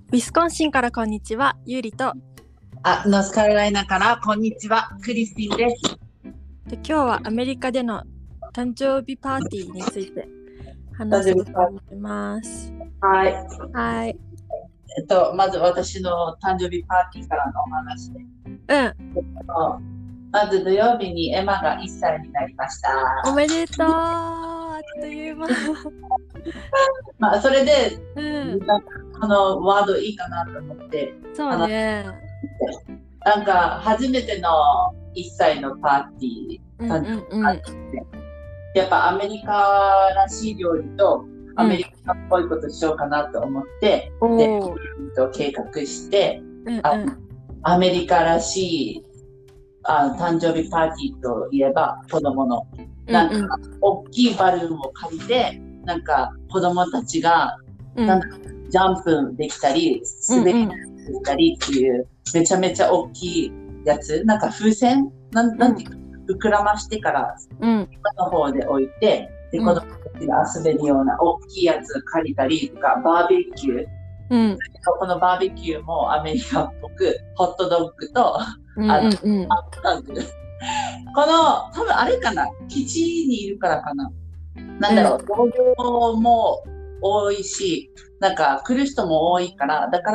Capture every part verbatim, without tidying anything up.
ウィスコンシンからこんにちは、ゆうりと。 あ、ノースカロライナからこんにちは、クリスティンです。 で今日はアメリカでの誕生日パーティーについて話そうと思います。 はい。 はい。 えっと、まず私の誕生日パーティーからのお話で。 うん。 まず土曜日にエマがいっさいになりました。 おめでとう。あっという間。 まあ、それで、 うん、 このワードいいかなと思って。 そうね。 なんか、初めてのいっさいのパーティー。 うんうんうん、 やっぱアメリカらしい料理とアメリカっぽいことしようかなと思って、うん、で計画して、 うんうん、 あアメリカらしいあ誕生日パーティーといえば子供のなんか大きいバルーンを借りて、なんか子供たちがなんかジャンプできたり滑りできたりっていうめちゃめちゃ大きいやつ、なんか風船なんなんていうか、膨らましてから今の方で置いて、で子供たちが遊べるような大きいやつ借りたりとか、バーベキュー、うん、このバーベキューもアメリカっぽくホットドッグと、うんうん、あの、うん、この多分あれかな、基地にいるからかな、なんだろう、同僚も多いし、なんか来る人も多いから、だから、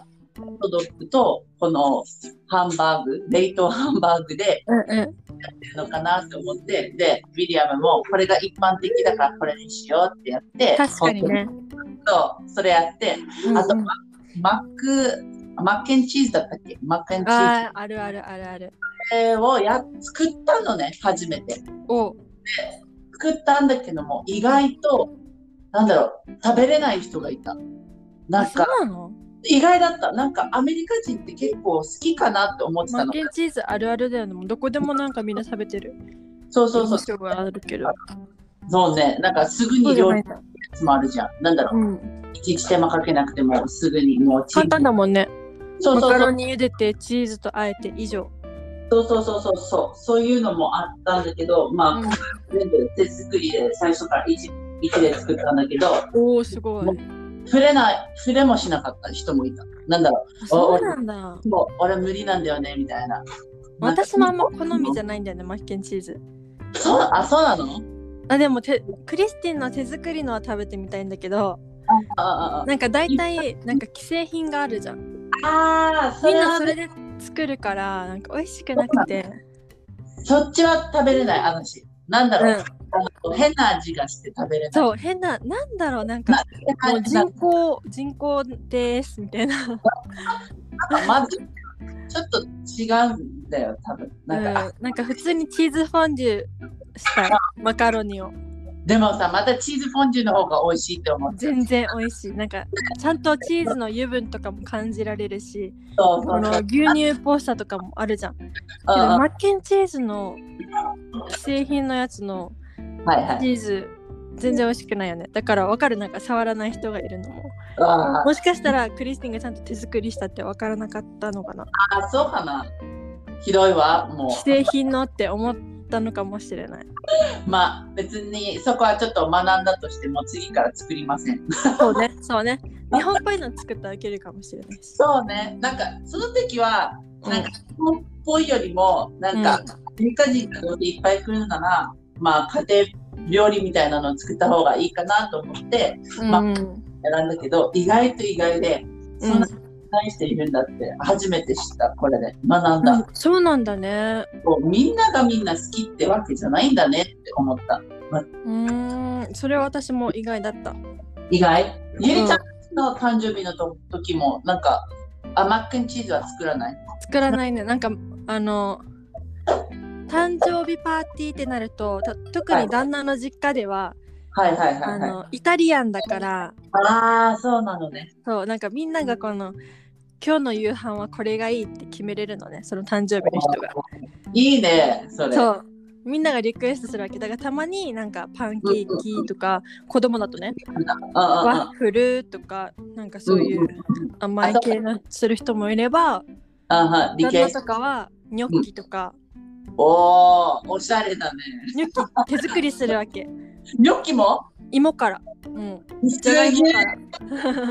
うん、ホットドッグとこのハンバーグ、冷凍ハンバーグでやってるのかなと思って、で、ウィリアムもこれが一般的だからこれにしようってやって、 確かにね。 そう、それやって、うん、あと、マック、マッケンチーズだったっけ？マッケンチーズ。 ああ、あるあるあるある。 それをや作ったのね、初めて。 おで作ったんだけども、意外と、なんだろう、食べれない人がいた。なんか、 そうなの？ 意外だった。なんかアメリカ人って結構好きかなって思ってたの。 マッケンチーズあるあるだよね。どこでもなんかみんな食べてる。 そうそうそう。 印象があるけど。 そうね。なんかすぐに料理のやつもあるじゃん。なんだろう。うん、いちいち手間かけなくてもすぐにもうチーズ。簡単だもんね。 そうそうそう。 マカロニ茹でてチーズとあえて以上。 そうそうそうそうそう。そういうのもあったんだけど、まあ、うん、全部手作りで最初から一で作ったんだけど。 おー、すごい。 触れない、触れもしなかった人もいた。なんだろう。 そうなんだ。 もう俺無理なんだよねみたいな。 私もあんま好みじゃないんだよね、マッケンチーズ。 そう、あ、そうなの？ あ、でもてクリスティンの手作りのは食べてみたいんだけど、ああなんか大体なんか既製品があるじゃん。 ああ、 みんなそれで作るからなんか美味しくなくて。 そっちは食べれない話。なんだろう。うんあの変な味がして食べれない。 そう、変な、なんだろう、なんかもう人工人工ですみたいな。 まずちょっと違うんだよ、多分。なんか、 うん、なんか普通にチーズフォンデュしたいマカロニを。 でもさ、またチーズフォンデュの方が美味しいって思う。 全然美味しい。なんかちゃんとチーズの油分とかも感じられるし、そうそうそう、この牛乳っぽさとかもあるじゃん。けどマッケンチーズの既製品のやつのチーズ、はいはい、全然美味しくないよね。だから分かる、なんか触らない人がいるのも。もしかしたらクリスティンがちゃんと手作りしたって分からなかったのかな。 あ、そうかな。ひどいわ、もう。 既製品のって思ったのかもしれない。 まあ別にそこはちょっと学んだとしても次から作りません。 そうね、そうね。日本っぽいの作ってあげるかもしれないし。 そうね。なんかその時はなんか日本っぽいよりもなんか、うん、アメリカ人がいっぱい来るなら、まあ家庭料理みたいなのを作った方がいいかなと思って、うん、まあ選んだけど、意外と意外でそんな何しているんだって初めて知った。これで学んだ、うん、 そうなんだね。 みんながみんな好きってわけじゃないんだねって思った。 うーん、それは私も意外だった。 意外？ゆりちゃんの誕生日のと時もなんかあマックンチーズは作らない？ 作らないね。なんかあの誕生日パーティーってなると、特に旦那の実家では、 はいはいはいはい、 あのイタリアンだから。 ああ、そうなのね。 そう、なんかみんながこの今日の夕飯はこれがいいって決めれるのね、その誕生日の人が。 いいね、それ。 そう、みんながリクエストするわけだから、たまになんかパンケーキとか、うん、子供だとね、ワッフルとかなんかそういう甘い系のする人もいれば、旦那とかはニョッキとか、 うん、おー、おしゃれだね。 ニョッキ手作りするわけ。 ニョッキも？ 芋から、うん、じゃがいもから。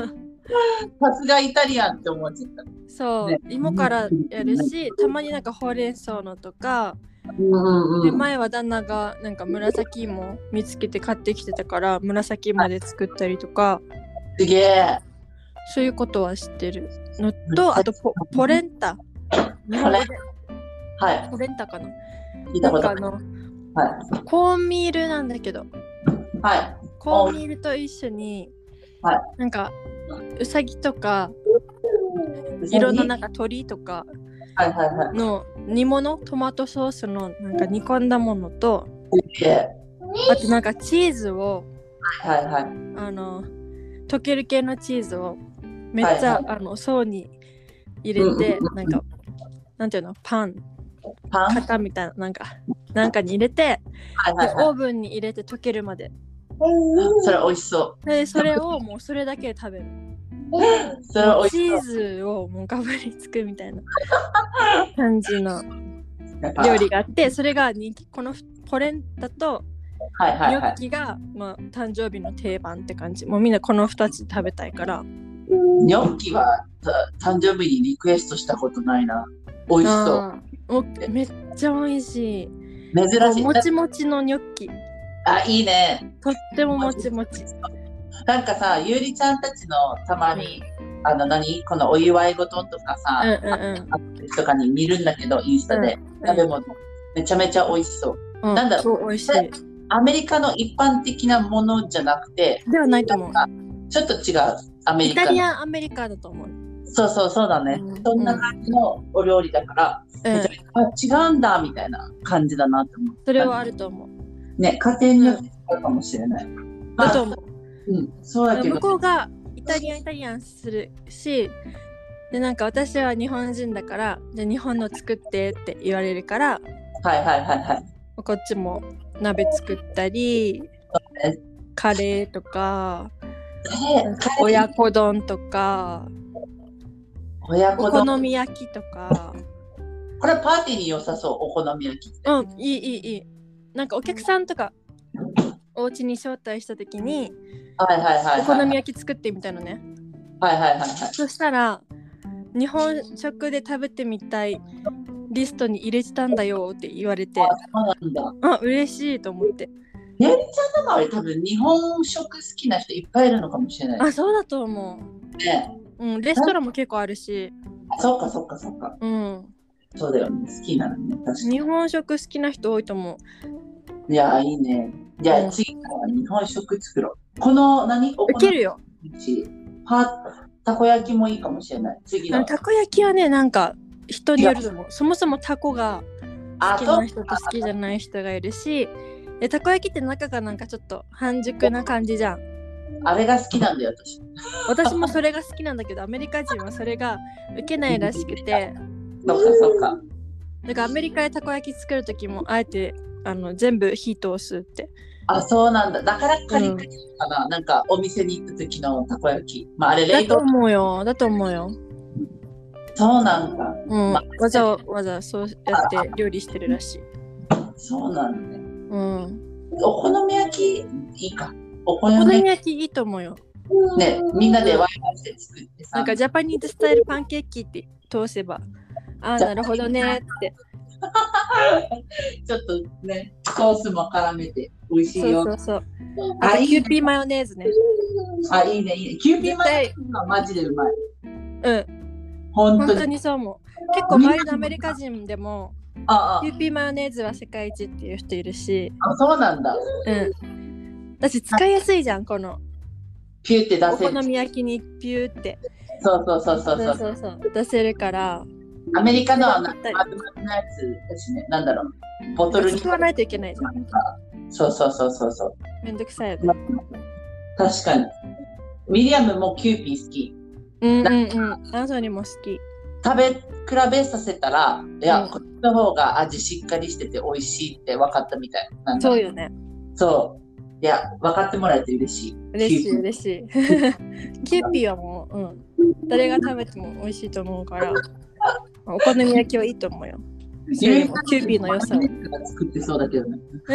さすがイタリアンって思っちゃった。 そう、ね、芋からやるし、たまになんかほうれん草のとか、 うんうんうん、 で前は旦那がなんか紫芋見つけて買ってきてたから紫芋で作ったりとか、 すげえ、 そういうことは知ってるのと、あと ポ, ポレンタ日本語で、 はい、 ポレンタかな、 聞いたことなんかあの、 はい、 コーンミールなんだけど、 はい、 コーンミールと一緒に、はい、なんかうさぎとかいろんななんか鳥とかの煮物、トマトソースのなんか煮込んだものと、あとなんかチーズを、 はいはい、 あの溶ける系のチーズをめっちゃ、はいはい、あの層に入れて、うん、なんかなんていうの、パンパン型みたいな、なんかなんかに入れて、はいはいはい、オーブンに入れて溶けるまで、 それ美味しそう。 でそれをもうそれだけで食べる。 それ美味しそう。 チーズをもうガブリつくみたいな感じの料理があって、それが人気。このポレンタとニョッキが、はいはいはい、まあ、誕生日の定番って感じ。もうみんなこのふたつ食べたいから。 ニョッキは誕生日にリクエストしたことないな。美味しそう。 めっちゃ美味しい。 珍しい。 もちもちのニョッキ。 あ、いいね。 とってももちもち。 なんかさ、ゆうりちゃんたちのたまに、うん、あの何このお祝い事とかさ、 うんうんうん、 とかに見るんだけど、インスタで、うん、食べ物、めちゃめちゃ美味しそう。 うん、 なんだろう、 そう美味しい。 アメリカの一般的なものじゃなくて、 ではないと思う。 ちょっと違う。アメリカ。 イタリアンアメリカだと思う。 そうそうそうだね。うん、そんな感じのお料理だから、うん、あ違うんだみたいな感じだなって思う。 それはあると思う。 ね、家庭によってあるかもしれない。 だと思う。 うん、そうだけど向こうがイタリアンイタリアンするし、でなんか私は日本人だからじゃ日本の作ってって言われるから、 はいはいはいはい、 こっちも鍋作ったり、ね、カレーとか、親子丼とか、 親子丼、 お好み焼きとか。 これパーティーに良さそう、お好み焼きって。 うん、いいいいいい。なんかお客さんとかお家に招待した時に、 はいはいはいはい、 お好み焼き作ってみたいのね。 はいはいはいはい。 そしたら日本食で食べてみたいリストに入れてたんだよって言われて、 あ、そうなんだ。 あ、嬉しいと思って。 ねるちゃんの周り多分日本食好きな人いっぱいいるのかもしれない。 あ、そうだと思う。 ね、 うん、レストランも結構あるし。 あ、そっかそっかそっか。 うん。 そうだよね、好きなのね、確かに。 日本食好きな人多いと思う。いや、いいね。じゃあ、うん、次から日本食作ろう。この何？ いけるよ。 たこ焼きもいいかもしれない。次の。 たこ焼きはね、なんか人によると思う。そもそもタコが好きな人と好きじゃない人がいるし、でたこ焼きって中がなんかちょっと半熟な感じじゃん。 あれが好きなんだよ、私。 私もそれが好きなんだけど、アメリカ人はそれが受けないらしくて。 そっかそっか。 だからアメリカでたこ焼き作るときもあえてあの全部火通すって。 あ、そうなんだ。だからカリカリかな、うん、なんかお店に行った時のたこ焼き。まああれ冷凍だと思うよ。だと思うよ。 そうなんだ。 うん。まあ、わざわざそうやって料理してるらしい。 そうなんだね。 うん。 お好み焼きいいか。 お好み焼きいいと思うよ。 ね、みんなでワイワイして作ってさ。 なんかジャパニーズスタイルパンケーキって通せば。ああ、なるほどねって。 ちょっとね、ソースも絡めて美味しいよ。 そうそうそう。あ、キューピーマヨネーズね。 あ、いいね、いいね。キューピーマヨネーズはマジでうまい。 うん。 本当に。 本当にそう思う。結構周りのアメリカ人でも、ああキューピーマヨネーズは世界一っていう人いるし。 あ、そうなんだ。 うん。私使いやすいじゃん、この。 ピューって出せる。 お好み焼きにピューって。 そうそうそうそうそう。 そうそうそう。出せるから。 アメリカのはな、まとまったやつだしね、なんだろう、ボトルに。 使わないといけないじゃん。 そうそうそうそうそう。 めんどくさいよね。 確かに。ウィリアムもキューピー好き。 うんうんうん。アンソニーも好き。 食べ比べさせたら、いや、うん、こっちの方が味しっかりしてて美味しいって分かったみたいな。 そうよね。 そう。いや、分かってもらえて嬉しい。 嬉しい嬉しい。キューピーはもう、うん。誰が食べても美味しいと思うから。お好み焼きはいいと思うよ。キューピーの良さを。 作ってそうだけどね。 え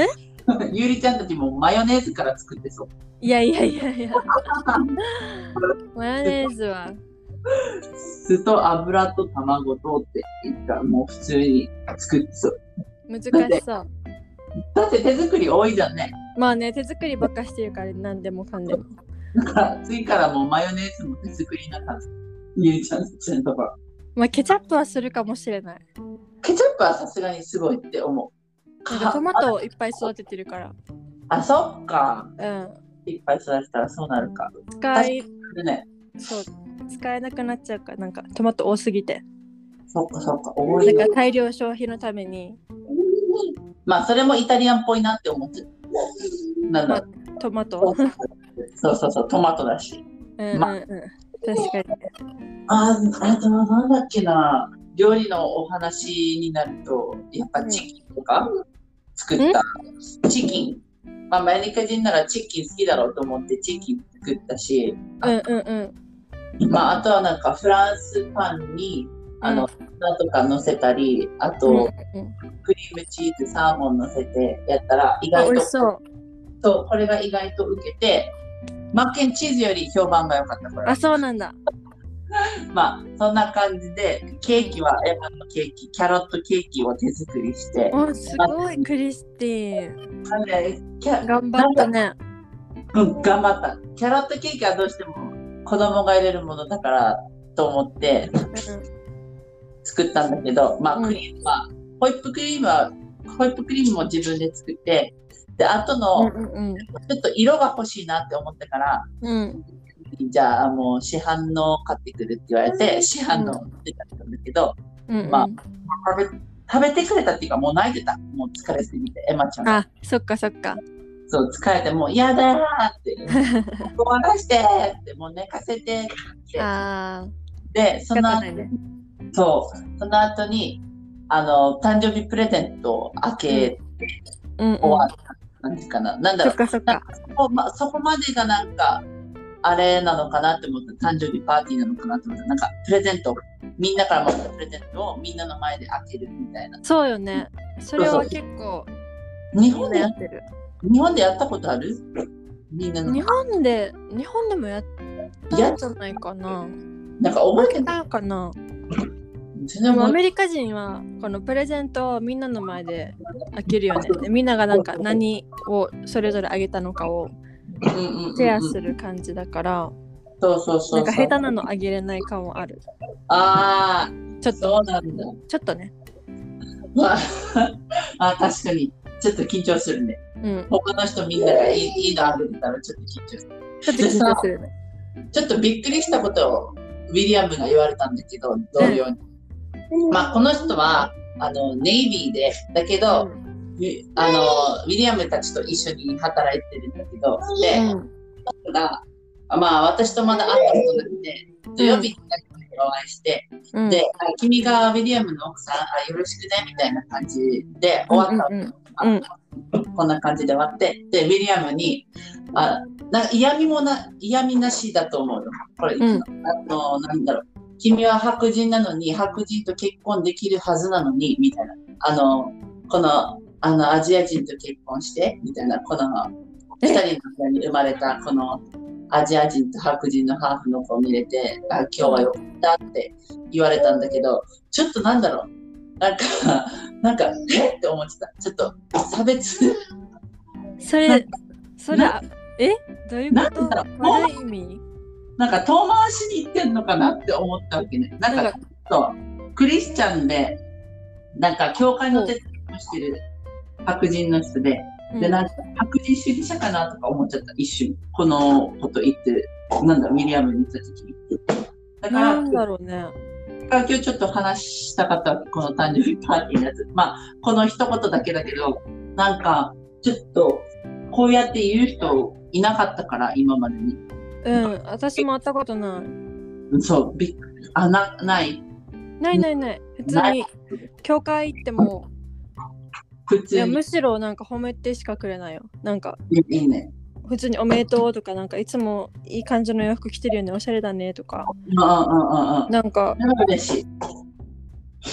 ゆりちゃんたちもマヨネーズから作ってそう。 いやいやいやいや。マヨネーズは。 酢と油と卵とって言ったらもう普通に作ってそう。 難しそう。 だって手作り多いじゃんね。 まあね、手作りばっかしてるから何でもかんでも。 だから次からもうマヨネーズも手作りな感じ。ゆりちゃんたちのところ。 まあケチャップはするかもしれない。 ケチャップはさすがにすごいって思う。 なんかトマトをいっぱい育ててるから。 あ、そっか。 うん。 いっぱい育てたらそうなるか。 使い、 ね、 そう、使えなくなっちゃうから、なんかトマト多すぎて。 そっかそっか。多い。 なんか大量消費のために。 まあそれもイタリアンっぽいなって思って。なんだ、まあ、トマト。 そうそうそう、トマトだし。 うんうんうん。ま、確かに。 あ、あとはなんだっけな。料理のお話になると、やっぱチキンとか作った、うん、チキン。まあ、アメリカ人ならチキン好きだろうと思ってチキン作ったし、 うんうんうん。 まあ、あとはなんかフランスパンにあの、うん、なんとか乗せたり、あと、うんうん、クリームチーズ、サーモン乗せてやったら意外とそう。 そう、これが意外と受けて、マッケンチーズより評判が良かったから。 あ、そうなんだ。 まあそんな感じでケーキはエマのケーキキャロットケーキを手作りして、 おすごいクリスティーン頑張ったね。 うん頑張った。キャロットケーキはどうしても子供が入れるものだからと思って作ったんだけど、まあクリームは、うん、ホイップクリームはホイップクリームも自分で作って、で後の、うんうんうん、ちょっと色が欲しいなって思ったから、うんじゃあもう市販の買ってくるって言われて市販の出たんだけど、うん、まあ食べ食べてくれたっていうかもう泣いてた。もう疲れすぎてエマちゃん。 あ、そっかそっか。 そう疲れてもう嫌だーって終わらしてってもう寝かせてってあでその後、ね、そうその後にあの誕生日プレゼントを開けて、うんうん、終わった感じかな。なんだろう。 そっかそっか。 そこ、ま、そこまでがなんかあれなのかなって思った。誕生日パーティーなのかなって思った。なんかプレゼントみんなからもらったプレゼントをみんなの前で開けるみたいな。 そうよね。それは結構日本でやってる。日本でやったことある？みんなの日本で日本でもやったんじゃないかな。 なんか覚えてたかな。でもアメリカ人はこのプレゼントをみんなの前で開けるよね。でみんながなんか何をそれぞれあげたのかをシェアする感じだから、 そうそうそう、 なんか下手なのあげれない感もある。 ああ、 ちょっとそうなんだ。 ちょっとね。 まあ、あ確かにちょっと緊張するね。うん、他の人みんながいい、いいのあげてたらちょっと緊張する。 ちょっと緊張するね。 ちょっとびっくりしたことをウィリアムが言われたんだけど、同僚に。うん、まあこの人はあのネイビーでだけど。うんあのウィリアムたちと一緒に働いてるんだけど、で、うん、がまあ私とまだ会ったことなくて、土曜日にお会いして、うん、で、君がウィリアムの奥さん、あよろしくねみたいな感じで終わった、うんうんうん、こんな感じで終わって、でウィリアムにあなんか嫌味もな嫌味なしだと思うよ。これ、うん、あのなんだろう。君は白人なのに白人と結婚できるはずなのにみたいなあのこのあのアジア人と結婚してみたいなこのふたりの間に生まれたこのアジア人と白人のハーフの子を見れてあ今日はよかったって言われたんだけどちょっとなんだろうなんかなんかえって思ってたちょっと差別それそれえどういうことなんだろう意味なんか遠回しに言ってんのかなって思ったわけねなんかそうクリスチャンでなんか教会の手伝いをしてる白人の人で、うん、でなんか白人主義者かなとか思っちゃった一瞬このこと言ってなんだウィリアムに言った時にだからなんだろうねだから今日ちょっと話したかったこの誕生日パーティーのやつまあこの一言だけだけどなんかちょっとこうやって言う人いなかったから今までにうん私も会ったことないそうびっあなないないないない普通に教会行っても普通にいやむしろなんか褒めてしかくれないよなんかいいね普通におめでとうとかなんかいつもいい感じの洋服着てるよねおしゃれだねとかああああなんか嬉しい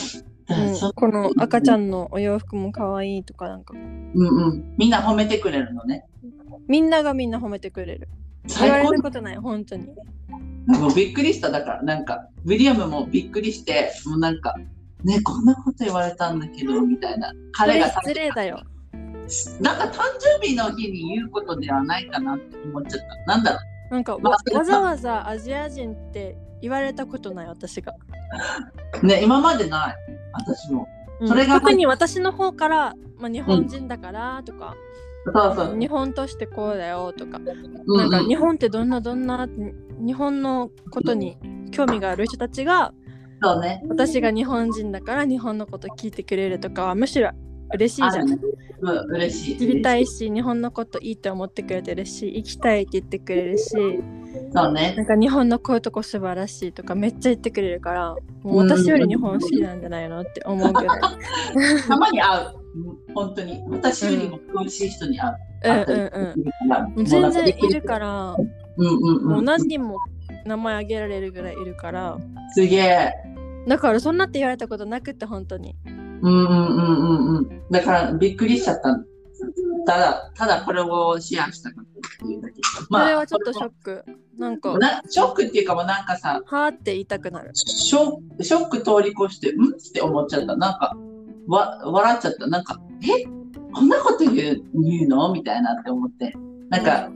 うん、この赤ちゃんのお洋服も可愛いとかなんか。 うんうん。みんな褒めてくれるのね。 みんながみんな褒めてくれる。言われることない、本当に。 もうびっくりした。だからなんかウィリアムもびっくりして、もうなんかね、こんなこと言われたんだけどみたいな。彼が失礼だよ。 なんか誕生日の日に言うことではないかなって思っちゃった。なんだろう。なんか わ, わざわざアジア人って言われたことない、私が。 ね、今までない。私も。 それが、うん、特に私の方から、まあ、日本人だからとか、 うん、そうそう日本としてこうだよとか、うんうん、なんか日本ってどんなどんな日本のことに興味がある人たちが、 そうね、 私が日本人だから日本のこと聞いてくれるとかはむしろ嬉しいじゃん。 うん、嬉しい。 知りたいし、日本のこといいと思ってくれてるし、行きたいって言ってくれるし、 そうね、 なんか日本のこういうとこ素晴らしいとかめっちゃ言ってくれるから、もう私より日本好きなんじゃないのって思うけど。 たまに会う。本当に私よりも詳しい人に会う。 うんうんうん、全然いるから、 うんうんうん、 もう何人も名前挙げられるぐらいいるから。 すげえ。 だからそんなって言われたことなくって本当に。 うんうんうんうんうん。だからびっくりしちゃった。ただただこれをシェアしたかったっていうだけ。 まあ、それはちょっとショック。なんかなショックっていうかもなんかさ、 はーって言いたくなる。 ショック、ショック通り越してんって思っちゃった。なんかわ笑っちゃった。なんかえこんなこと言う言うのみたいなって思って。なんか、うん、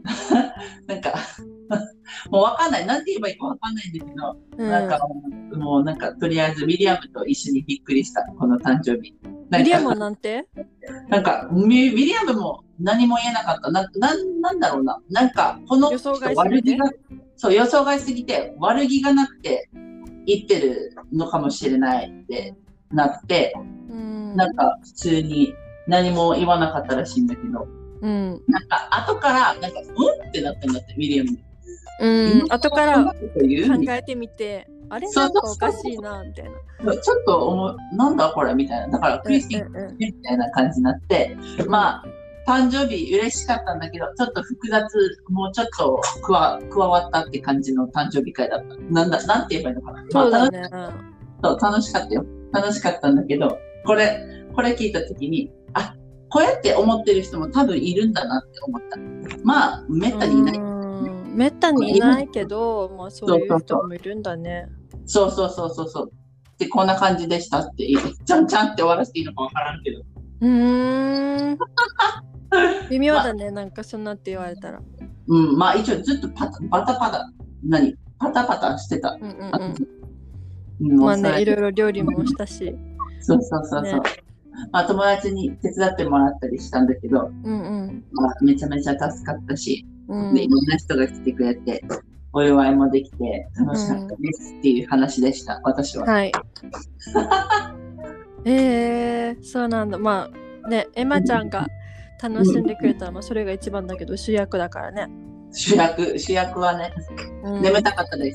なんかもうわかんない。なんて言えばいいかわかんないんだけど、うん、なんかもうなんかとりあえずウィリアムと一緒にびっくりした。この誕生日。 ウィリアムはなんて？ なんかウィリアムも何も言えなかった。な、な、なんだろうな。なんかこの人悪気が、そう予想外すぎて悪気がなくて言ってるのかもしれないってなって、うん、なんか普通に何も言わなかったらしいんだけど、うん、なんか後からなんかうんってなったんだってウィリアム。 うん、後から考えてみて、あれなんかおかしいなみたいな。 ちょっと思う、なんだこれみたいな。だからクリスティン、うんうん、みたいな感じになって、うん、まあ誕生日嬉しかったんだけど、ちょっと複雑、もうちょっと加わ、加わったって感じの誕生日会だった。なんだ、なんて言えばいいのかな。 そうだね。 まあ、そう楽しかったよ。楽しかったんだけど、これこれ聞いたときに、あ、こうやって思ってる人も多分いるんだなって思った。まあめったにいない。 めったにいないけど、まあそういう人もいるんだね。 そうそうそうそうそう。でこんな感じでしたって、ちゃんちゃんって終わらせていいのかわからんけど。 うーん。微妙だね、まあ、なんかそんなって言われたら。 うん、まあ一応ずっとパタパタパタ、何パタパタしてた。うんうんうん。まあね、いろいろ料理もしたし。 そうそうそうそう。ね、まあ友達に手伝ってもらったりしたんだけど、うんうんまあ、めちゃめちゃ助かったし、うん、でいろんな人が来てくれて、お祝いもできて楽しかったですっていう話でした、うん、私は。はい。 えー、そうなんだ。まあね、エマちゃんが楽しんでくれたら、まあ、それが一番だけど、主役だからね。 主役、主役はね、うん、眠たかったです。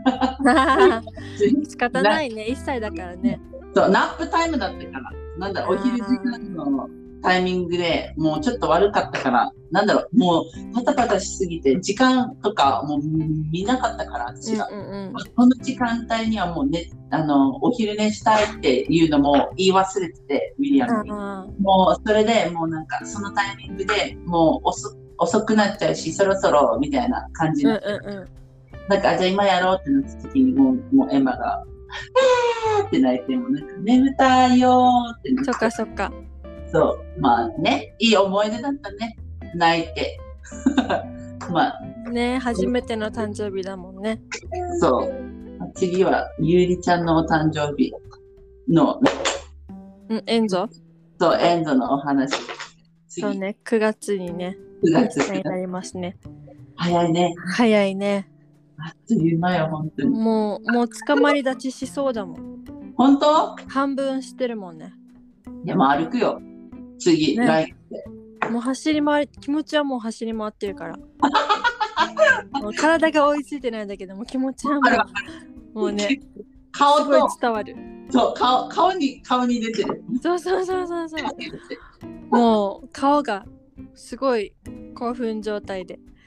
仕方ないね、いっさいだからね。 そう、ナップタイムだったから、なんだろう、お昼時間のタイミングでもうちょっと悪かったから、なんだろう、もうパタパタしすぎて、時間とかもう見なかったから、私が。うんうんうん、この時間帯にはもうね、あの、お昼寝したいっていうのも言い忘れてて、ウィリアムに。もうそれでもうなんか、そのタイミングでもう遅、遅くなっちゃうし、そろそろみたいな感じになって。うんうんうん、なんか、じゃあ今やろうってなった時に、もう、もうエマが、えーって泣いてもなんか眠たいよーってなって。 そっかそっか。 そう、まあね、いい思い出だったね。泣いて。 まあ。ね、初めての誕生日だもんね。 そう。次はゆうりちゃんのお誕生日の。 うん、エンゾ。 そう、エンゾのお話。 そうね、くがつにね。 くがつになりますね。 早いね。 早いね。 あっという間よ、本当に。 もう、もう捕まり立ちしそうだもん。 本当？ 半分してるもんね。 いや、もう歩くよ。次、ね、来もう走り回り、気持ちはもう走り回ってるから。もう体が追いついてないんだけども、気持ちはもう、もうね、 顔とすごい伝わる。 そう、顔、顔に、顔に出てる。 そうそうそうそうそう。もう顔がすごい興奮状態で。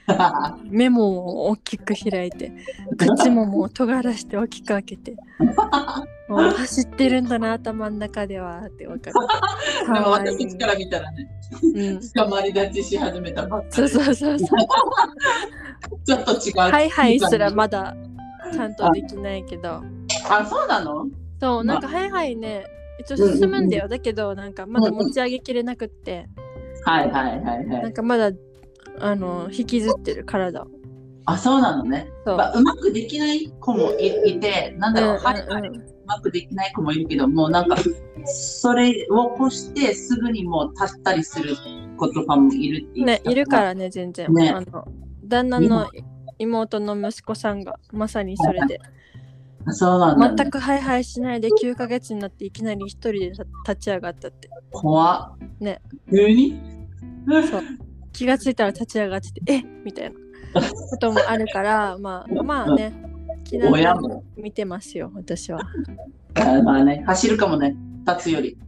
目も大きく開いて、口ももう尖らして大きく開けて、もう走ってるんだな頭の中ではってわかる。 でも私たちから見たらね、うん、捕まり立ちし始めたばっかり。 そうそうそうそう。 ちょっと違う。 ハイハイすらまだちゃんとできないけど。 あ、そうなの？ そう、なんかハイハイね、一応進むんだよ。だけど、なんかまだ持ち上げきれなくって。 はいはいはいはい。 なんかまだあの引きずってる体を。 あ、そうなのね。う, まあ、うまくできない子も い, いて、なんだろう、はいはい、うまくできない子もいるけど、もうなんかそれを越してすぐにもう立ったりする子とかもいるっていうね、いるからね、全然。ね、あの旦那の妹の息子さんがまさにそれで。 そうなんだ、ね、 全くハイハイしないできゅうかげつになっていきなり一人で立ち上がったって。 怖っ。 ね。 急にそう。気がついたら立ち上がってて、えみたいなこともあるから、まあまあね、気長に見てますよ、私は。 あまあね、走るかもね、立つより。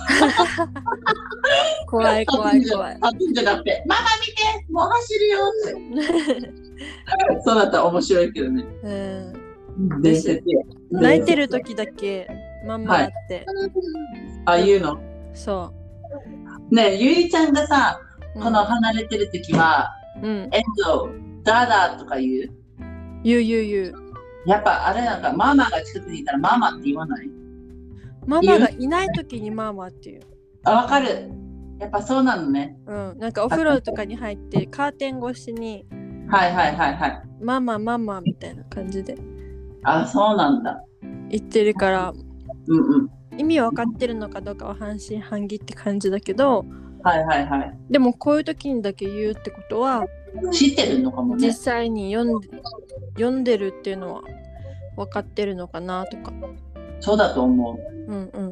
怖い怖い怖い。 立つんじゃなくて、ママ見て、もう走るよって。そうだったら面白いけどね。 うん伝説や。 泣いてる時だけママって、 はい、あ、言うの？ そう。 ねえ、ゆりちゃんがさ、この離れてる時は、うん、エンゾ、ダダとか言う？ 言う言う言う。 やっぱあれなんか、ママが近くにいたらママって言わない？ ママがいない時にママっていう。 あ、わかる。やっぱそうなのね。 うん、なんかお風呂とかに入ってカーテン越しに、 はいはいはいはい。 ママママみたいな感じで。 あ、そうなんだ。 言ってるから、 うんうん、 意味分かってるのかどうかは半信半疑って感じだけど、 はいはいはい。 でもこういう時にだけ言うってことは知ってるのかもね。 実際に読んで、読んでるっていうのは分かってるのかなとか。 そうだと思う。 うんうん。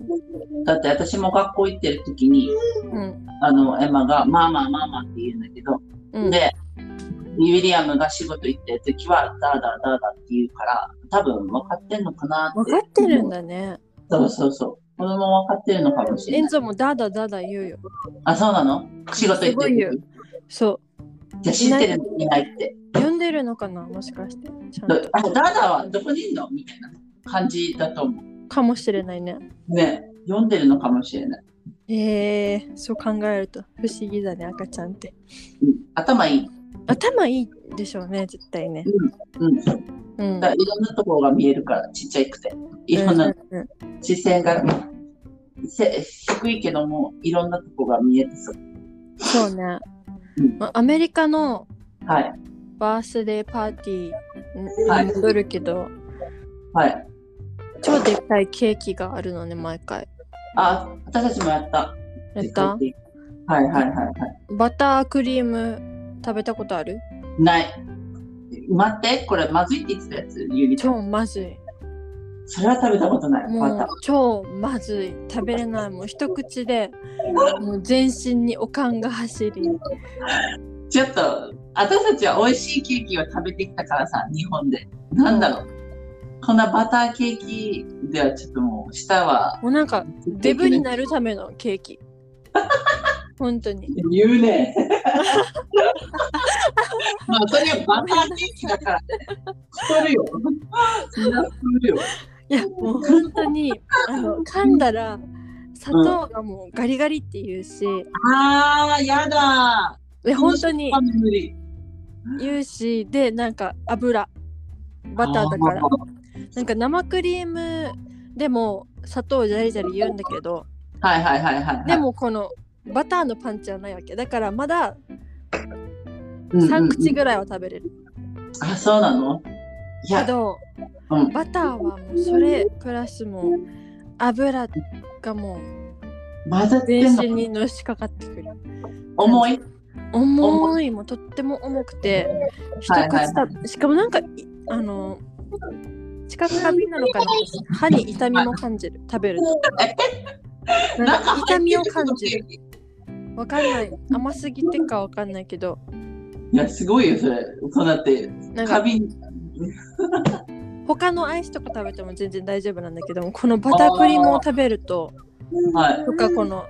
だって私も学校行ってる時に、うん、あのエマがママママって言うんだけど、うん、でウィリアムが仕事行ってる時はダーダーダーダーって言うから多分分かってんのかなって。 分かってるんだね。 そうそうそう。子供も分かってるのかもしれない。 エンゾもダーダーダーダー言うよ。 あ、そうなの？仕事行ってる時。 そう。 じゃあ知ってるいないって。 読んでるのかなもしかして。 ちゃんとあ、ダーダーはどこにいんのみたいな感じだと思う。 かもしれないね。 ね、読んでるのかもしれない。 えー、そう考えると不思議だね、赤ちゃんって。 うん、頭いい。 頭いいでしょうね、絶対ね。 うん。うん。だからいろんなところが見えるから、ちっちゃいくて。いろんな視線が、うんうん、低いけども、いろんなところが見えてそう。 そうね。うんまあ、アメリカのバースデーパーティーに戻るけど、 はい。 超でっかいケーキがあるのね、毎回。 あ、私たちもやった。 やった？ はいはいはいはい。 バタークリーム食べたことある？ ない。待って、これまずいって言ってたやつ、ゆりちゃん。 超まずい。 それは食べたことない。 もう超まずい。食べれない。もう一口でもう全身におかんが走り。 ちょっと私たちは美味しいケーキを食べてきたからさ、日本で。なんだろう。こんなバターケーキではちょっともう舌はもうなんかデブになるためのケーキ。本当に言うね。まあそれはバターケーキだからね。太るよ。そんな太るよ。 いやもう本当にあの噛んだら砂糖がもうガリガリって言うし、うん、 あーやだー。 で本当に言うし、でなんか油バターだからなんか生クリームでも砂糖ジャリジャリ言うんだけど、 はいはいはいはい、はい、 でもこのバターのパンチはないわけだからまださん口ぐらいは食べれる、 うんうんうん、あ、そうなの？ いやけど、うん、バターはもうそれプラスもう油がもう混ざってんの？ 全身にのしかかってくる。 重い重いもうとっても重くて一口た、はいはいはい、しかもなんかあの近く過敏なのかな、歯に痛みも感じる食べるとなんか痛みを感じる。わかんない、甘すぎてかわかんないけど、 いやすごいよそれ。そうだって過敏他のアイスとか食べても全然大丈夫なんだけども、このバタークリームを食べると、はい、とかこの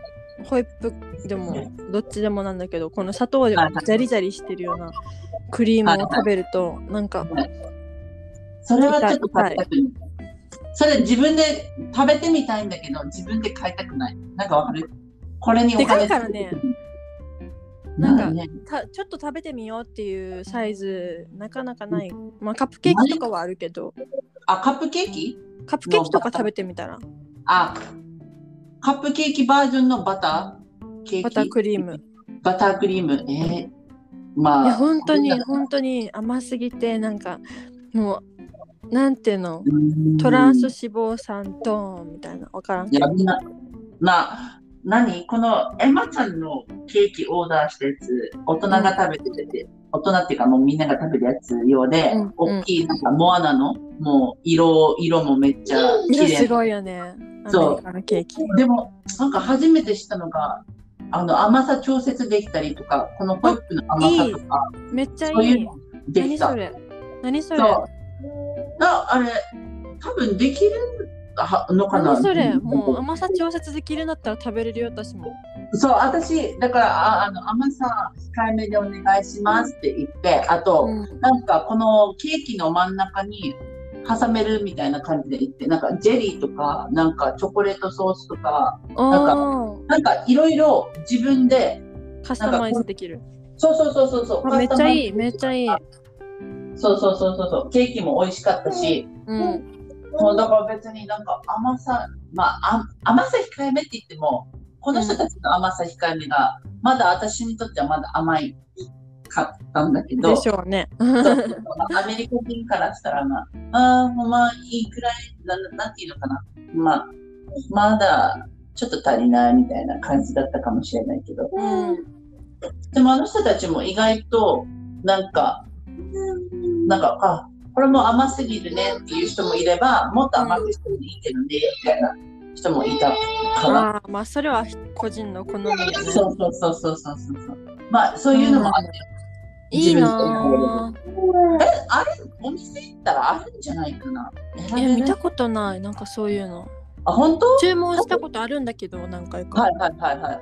ホイップでもどっちでもなんだけど、この砂糖でもジャリジャリしてるようなクリームを食べるとなんか、はい、 それはちょっと買いたくない。それ自分で食べてみたいんだけど自分で買いたくない。なんかわかる？これにお金でかいからね。なんか、ね、たちょっと食べてみようっていうサイズなかなかない。まあカップケーキとかはあるけど。 あ、カップケーキ？ カップケーキとか食べてみたら。 あ、カップケーキバージョンのバターケーキ。 バタークリーム。 バタークリーム。えー、まあ。いや本当に本当に甘すぎてなんかもうなんていうのトランス脂肪酸ドーンみたいなわからんけど。 いやまあ何このエマちゃんのケーキオーダーしたやつ大人が食べてて、うん、大人っていうかもうみんなが食べるやつ用で、うん、大きいなんかモアナのもう色色もめっちゃ綺麗。 色すごいよね。 そうアメリカのケーキ。 でもなんか初めて知ったのがあの甘さ調節できたりとかこのホイップの甘さとかいいめっちゃいい。 そういうのできた。 何それ何それそうああれ多分できるのかな。 何それもう甘さ調節できるんだったら食べれるよ私も。 そう私だからああの甘さ控えめでお願いしますって言ってあと、うん、なんかこのケーキの真ん中に挟めるみたいな感じで言ってなんかジェリーとかなんかチョコレートソースとかなんかなんかいろいろ自分でカスタマイズできる。 そうそうそうそうそうめっちゃいいめっちゃいい。 そうそうそうそうそうケーキも美味しかったし、うん、もうだから別になんか甘さまあ甘さ控えめって言ってもこの人たちの甘さ控えめがまだ私にとってはまだ甘いかったんだけどでしょうね。 アメリカ人からしたらまああまあいいくらいななんていうのかなまあまだちょっと足りないみたいな感じだったかもしれないけど、うん、でもあの人たちも意外となんかなんかあこれも甘すぎるねっていう人もいればもっと甘くしてもいいけどねみたいな人もいたから、 あまあそれは個人の好みよね。 そうそうそうそうそうそうまあそういうのもあって、 うん、いいなえあれお店行ったらあるんじゃないかな。 え見たことないなんかそういうの。 あ本当？ 注文したことあるんだけど何回か。 はいはいはいはい。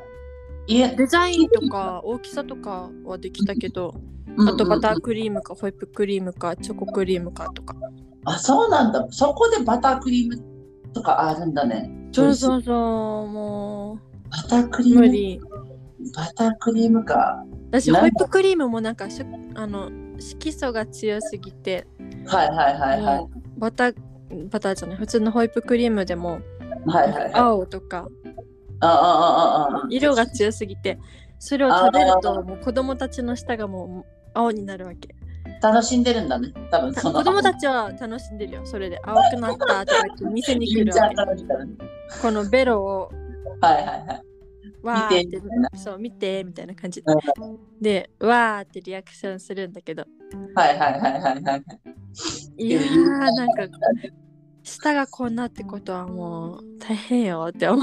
いえデザインとか大きさとかはできたけど、あとバタークリームかホイップクリームかチョコクリームかとか。 あそうなんだ。そこでバタークリームとかあるんだね。 そうそうそうもうバタークリーム無理。 バタークリームか。 私ホイップクリームもなんかしあの色素が強すぎて。 はいはいはいはい。 バターバターじゃない普通のホイップクリームでも、 はいはいはい、 青とかああああ色が強すぎてそれを食べるともう子供たちの舌がもう青になるわけ。 楽しんでるんだね多分その子供たちは楽しんでるよそれで青くなったとか言って店に来るわけこのベロをはいはいはいわーってそう見てみたいな感じで、うん、でわーってリアクションするんだけどはいはいはいはいはいいやーなんか舌がこんなってことはもう大変よって思う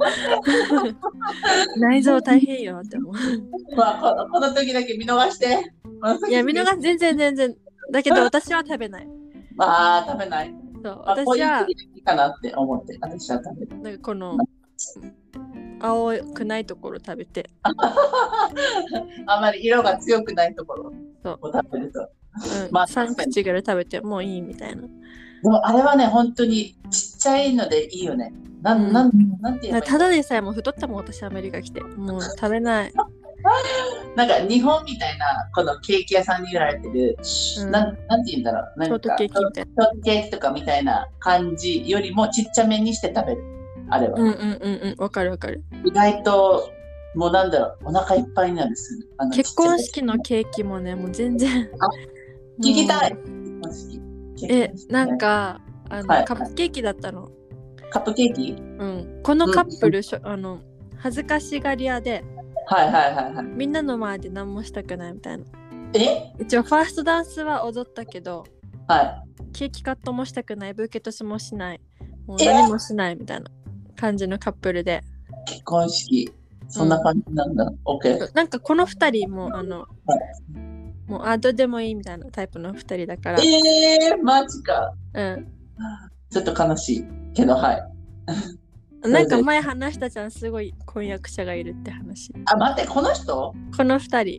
内臓大変よって思うまあこの、この時だけ見逃していや見逃す全然全然だけど私は食べないまあ食べないそう、まあ、私はいいかなって思って私は食べるなんかこの青くないところ食べてあまり色が強くないところを食べると、 うんまあ、さん口ぐらい食べてもういいみたいな。 でもあれはね本当にちっちゃいのでいいよね。なん、うん、なんなんていうのただでさえも太ったもん私アメリカ来てもう食べないなんか日本みたいなこのケーキ屋さんに売られてる、うん、なんなんていうんだろうなんかショートケーキみたいなショートケーキとかみたいな感じよりもちっちゃめにして食べるあれは。 うんうんうんうんわかるわかる。 意外ともうなんだろうお腹いっぱいになるする。 あの結婚式のケーキもねもう全然あ聞きたい。 えなんかあの、はい、カップケーキだったの。 カップケーキ？ うんこのカップル、うん、あの恥ずかしがり屋で、 はいはいはいはい、 みんなの前で何もしたくないみたいな。 え？ 一応ファーストダンスは踊ったけど、 はい、 ケーキカットもしたくないブーケトスもしないもう何もしないみたいな感じのカップルで。 結婚式そんな感じなんだ。うん、OK。 なんかこのふたりもあの、はいもうあどうでもいいみたいなタイプのふたりだから。 えー、マジか。 うん。 ちょっと悲しいけどはい。 なんか前話したじゃん、すごい婚約者がいるって話。 あ、待って、この人この二人。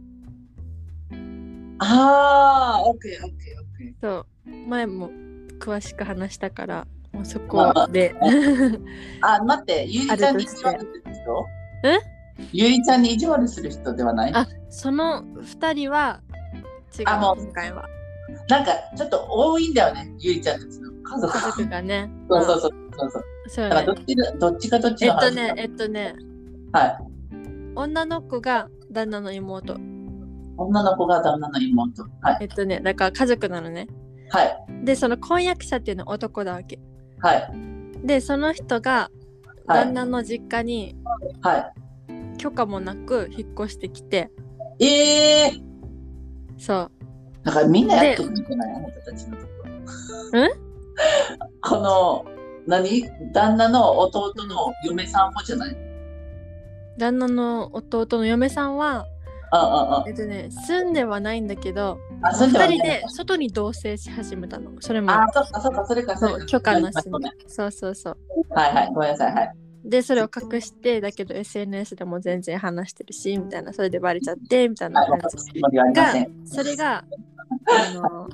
ああ、オッケー、オッケー、オッケー。 そう、前も詳しく話したから、もうそこで。 あ、待って、ゆりちゃんに意地悪する人？ え？ ゆりちゃんに意地悪する人ではない？ あ、その二人は違う、 あ、もう今回は。 なんかちょっと多いんだよね、ゆりちゃんたちの家族。 家族がね。 そうそうそうそうそう。 そうね。 だからどっちがどっちかどっちの話えっとね、えっとね、 はい。 女の子が旦那の妹。 女の子が旦那の妹。はい。 えっとね、だから家族なのね。 はい。 で、その婚約者っていうのは男だわけ。 はい。 で、その人が旦那の実家に許可もなく引っ越してきて。 はい、えー。 そう。 だからみんなやってるんじゃないあなたたちのところ。 んこの、何旦那の弟の嫁さんもじゃない？ 旦那の弟の嫁さんは、 あああえっとね、住んではないんだけど、 あ住んではない。 ふたりで外に同棲し始めたの。それも。 あ、そっかそっか、それかそれか。 許可なしに。そうそうそう。 はいはい、ごめんなさい、はい。 で、それを隠して、だけど エスエヌエス でも全然話してるし、みたいな、それでバレちゃって、みたいな感じが、それが、あの、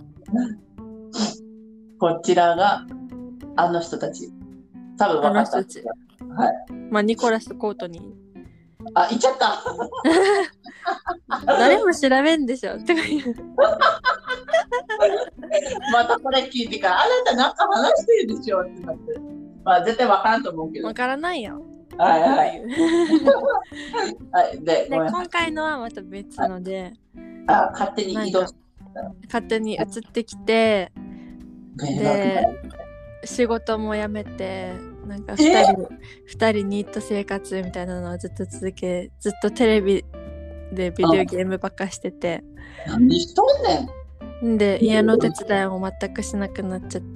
こちらが、あの人たち。多分分かった。はい。 まあ、ニコラス・コートニー。 あ、言っちゃった誰も調べんでしょってまたこれ聞いてから、あなたなんか話してるでしょってなって。まあ絶対分からんと思うけど。 分からないよ。 はいはい。はい、で, で今回のはまた別ので、 あ、勝手に移動勝手に移ってきて、で仕事も辞めて、なんかふたり、ふたりニート生活みたいなのをずっと続け、ずっとテレビでビデオゲームばっかしてて、 何しとんねんで家の手伝いも全くしなくなっちゃって、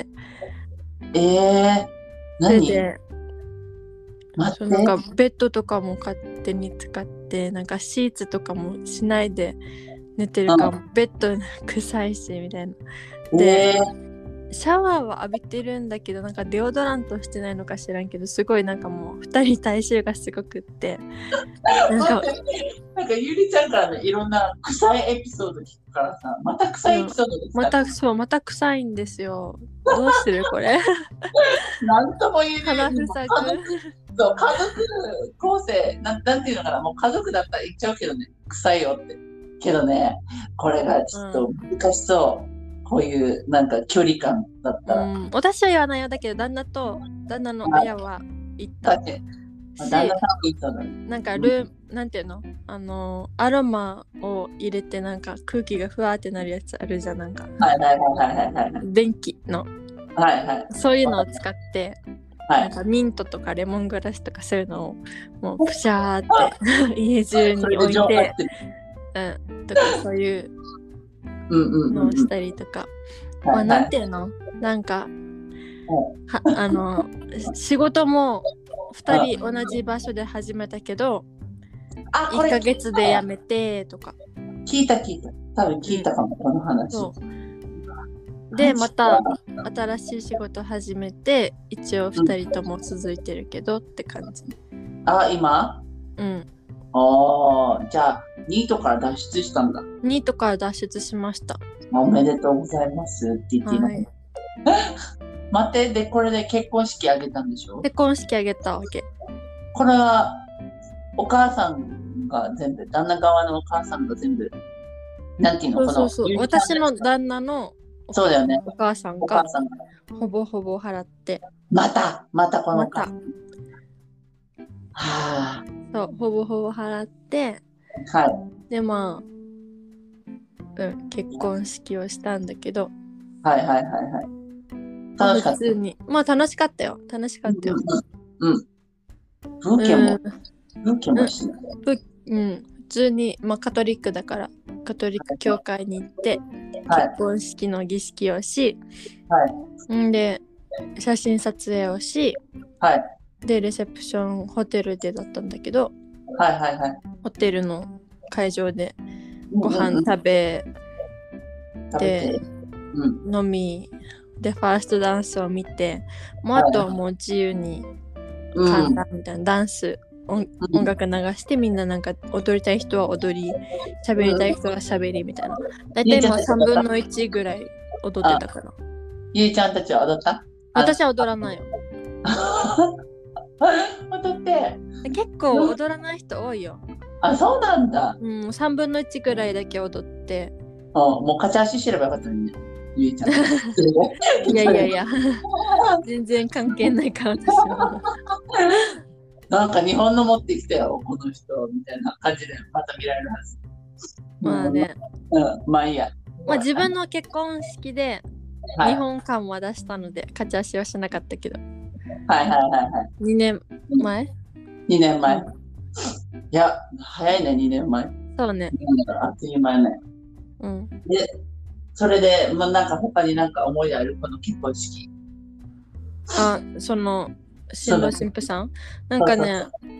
えー、何で待って、なんかベッドとかも勝手に使って、なんかシーツとかもしないで寝てるから、ベッド臭いしみたいな。で、えーシャワーは浴びてるんだけど、なんかデオドラントしてないのか知らんけど、すごいなんかもうふたり体臭がすごくってなんかなんかゆりちゃんからね、いろんな臭いエピソード聞くからさ、また臭いエピソードですか、 うん、またそうまた臭いんですよ。どうするこれなんとも言えない。 鼻ふさぐそう家族構成な、なんていうのかな、もう家族だったら言っちゃうけどね、臭いよって。けどね、これがちょっと難しそう。うん、こういうなんか距離感だったら、 うん、私は言わないよ。だけど旦那と旦那の親は言ったし、 旦那さんも言ったのに、 なんかルー、うん、なんていうの、あのアロマを入れてなんか空気がふわーってなるやつあるじゃん、なんかはいはいはいはいはい、 電気の、 はいはい、 そういうのを使って、はい、なんかミントとかレモングラスとかそういうのをもうプシャーって家中に置いて、うん、とかそういうのをしたりとか、うんうんうんうん、まあなんていうの、なんかはあの仕事もふたり同じ場所で始めたけどいっかげつで辞めてとか聞いた聞いた多分聞いたかも、うん、この話。 そうでまた新しい仕事始めて一応ふたりとも続いてるけどって感じ。 あ、今？ うん。 ああ、じゃあニートから脱出したんだ。 ニートから脱出しました。 おめでとうございますって言っていいの？はい、待って、でこれで結婚式あげたんでしょ？ 結婚式あげたわけ。 これはお母さんが全部、旦那側のお母さんが全部、なんていうの？ そうそうそう、この私の旦那のおそうだよね、 お母さんがほぼほぼ払って。 またまたこのまた、はあ、 そうほぼほぼ払って、 はい、 でまあ、うん、結婚式をしたんだけど、 はいはいはいはい、楽しかった。 普通にまあ楽しかったよ楽しかったよ。 うん、うん、ブーケも、うん、ブーケもしない。 うん、うん、普通にまあカトリックだからカトリック教会に行って、はい、結婚式の儀式をし、はい、んで写真撮影をし、はい、でレセプションホテルでだったんだけど、はいはいはい、ホテルの会場でご飯食べ、うんうん、で、うん、飲みでファーストダンスを見て、もうあとはもう自由に観覧みたいな、ダンス音, 音楽流してみんななんか踊りたい人は踊り、喋りたい人は喋りみたいな。だいたい今さんぶんのいちぐらい踊ってたから。 ゆいちゃんたちは踊った？ 私は踊らないよ。 踊って。 結構踊らない人多いよ。 あ、そうなんだ。 うん、さんぶんのいちぐらいだけ踊って。 もう勝ち足してればよかったのにね。ゆいちゃん。 いやいやいや、全然関係ないから私は。 なんか日本の持ってきたよ、この人みたいな感じでまた見られるはず。 まあね。 うん、まあいいや。 まあ自分の結婚式で日本感は出したので、はい、勝ち足はしなかったけど。 はいはいはいはい。 にねんまえ ? に 年前。いや、早いね、にねんまえ。 そうね。 あっという間ね。 うん。 で、それで、まあ、なんか他になんか思い出あるこの結婚式。 あ、その、新郎新婦さんなんかね、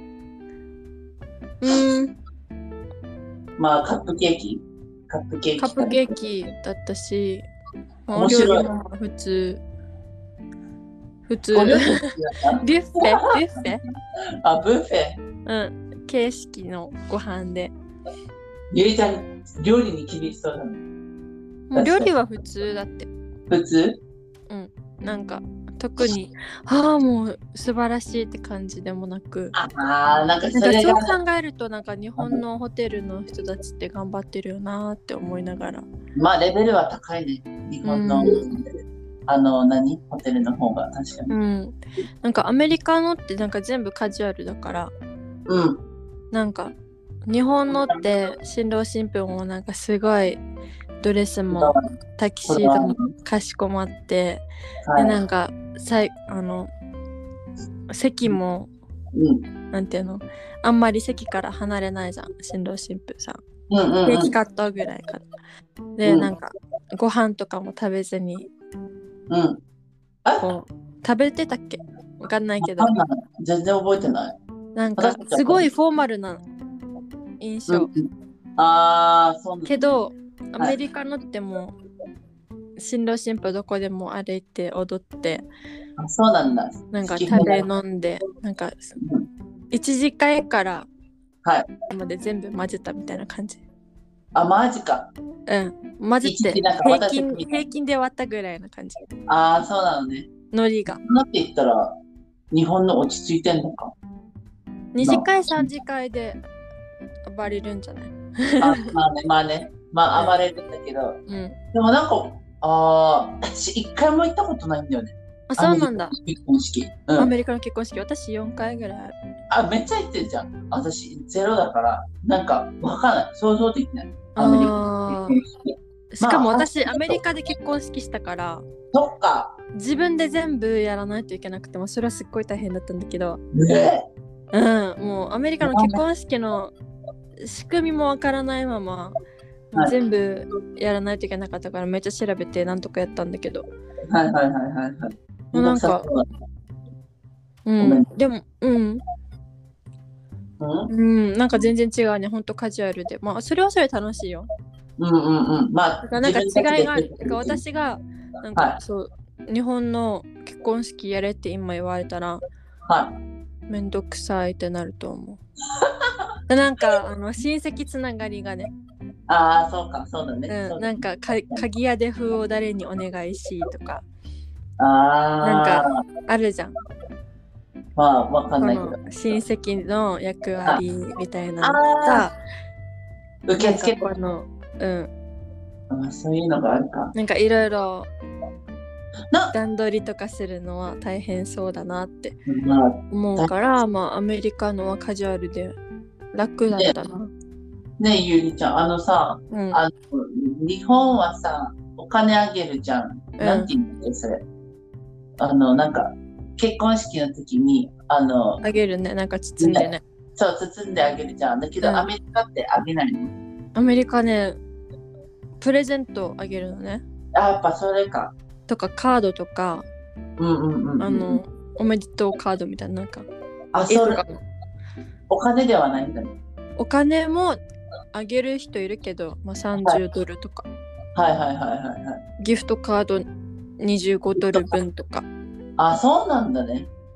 うん。 まあ、カップケーキカップケーキ。 カップケーキだったし、まあ、お料理も普通。普通。ビュッフェビュッフェあ、ブッフェうん。形式のご飯で。 ゆいちゃん、料理に厳しそうだね。 もう料理は普通だって。 普通？ うん。なんか、特に、ああ、もう素晴らしいって感じでもなく。 ああ、なんかそれがそう考えると、なんか日本のホテルの人たちって頑張ってるよなって思いながら。 まあ、レベルは高いね。日本の、うん、あの、何ホテルの方が確かに。 うん。なんかアメリカのってなんか全部カジュアルだから。 うん。なんか、日本のって新郎新婦もなんかすごいドレスもタキシードもかしこまって、はい、でなんかさいあの席も、うん、なんていうのあんまり席から離れないじゃん新郎新婦さん、 うんうんうん、 ケーキカットぐらいからで、うん、なんかご飯とかも食べずに、 うん、 こう食べてたっけわかんないけど全然覚えてないなんかすごいフォーマルな印象、うん、 あーそうけどアメリカのってもう新郎新婦どこでも歩いて踊ってあそうなんだなんか食べ飲んでなんか一次会からまで全部混ぜたみたいな感じ、 はい、あマジかうん混ぜて平均平均で割ったぐらいな感じああそうなのねノリがなって言ったら日本の落ち着いてんのか二次会三次会で暴れるんじゃないあまあねまあねまあ暴れるんだけど、うん、でもなんかあ私一回も行ったことないんだよねあそうなんだ結婚式、 うん、アメリカの結婚式私よんかいぐらいあるあめっちゃ行ってるじゃん私ゼロだからなんかわかんない想像できないアメリカの結婚式しかも私、まあ、アメリカで結婚式したからそっか自分で全部やらないといけなくてもそれはすっごい大変だったんだけどねうんもうアメリカの結婚式の仕組みもわからないまま、はい、全部やらないといけなかったからめっちゃ調べてなんとかやったんだけどはいはいはいはいはいなんかうんでもうんうん、うん、なんか全然違うねほんとカジュアルでまあそれはそれ楽しいようんうんうんまあなんか違いがあるか私がなんか、はい、そう日本の結婚式やれって今言われたらはいめんどくさいってなると思うなんかあの親戚つながりがねああそうかそうだね、 うん、なんかか鍵屋で風を誰にお願いしとかあなんかあるじゃんまあわかんないけど親戚の役割みたいなのが受付このうんあそういうのがあるかなんかいろいろ段取りとかするのは大変そうだなって思うから、まあアメリカのはカジュアルで楽だったな。 ねえゆりちゃんあのさ、うん、あの日本はさお金あげるじゃん。うん、なんて言うんだっけそれ。あのなんか結婚式の時にあのあげるねなんか包んでね。ねそう包んであげるじゃん。だけど、うん、アメリカってあげないの？ アメリカねプレゼントあげるのね。 あやっぱそれか。 とかカードとか、 うんうんうんうん、 あのおめでとうカードみたいななんかあそれお金ではないんだねお金もあげる人いるけど、まあ、さんじゅうドルとか、 はい、はいはいはいはいはいギフトカードにじゅうごドル分とかあそうなんだね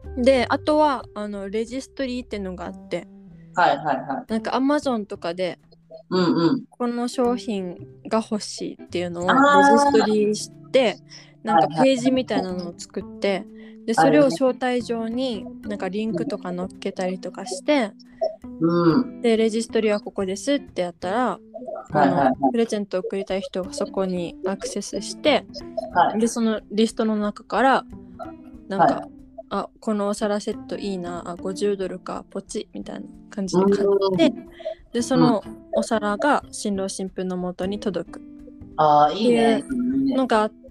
で、あとはあのレジストリーっていうのがあって、 はいはいはい。 なんか Amazon とかで、 うんうん、 この商品が欲しいっていうのをあレジストリーして、なんかページみたいなのを作って、でそれを招待状になんかリンクとか載っけたりとかして、 うん、 でレジストリーはここですってやったら、このプレゼントを送りたい人がそこにアクセスして、 はい、 でそのリストの中からなんか、 はい、 あこのお皿セットいいな、あごじゅうドルかポチみたいな感じで買って、でそのお皿が新郎新婦の元に届くっていうのがあって、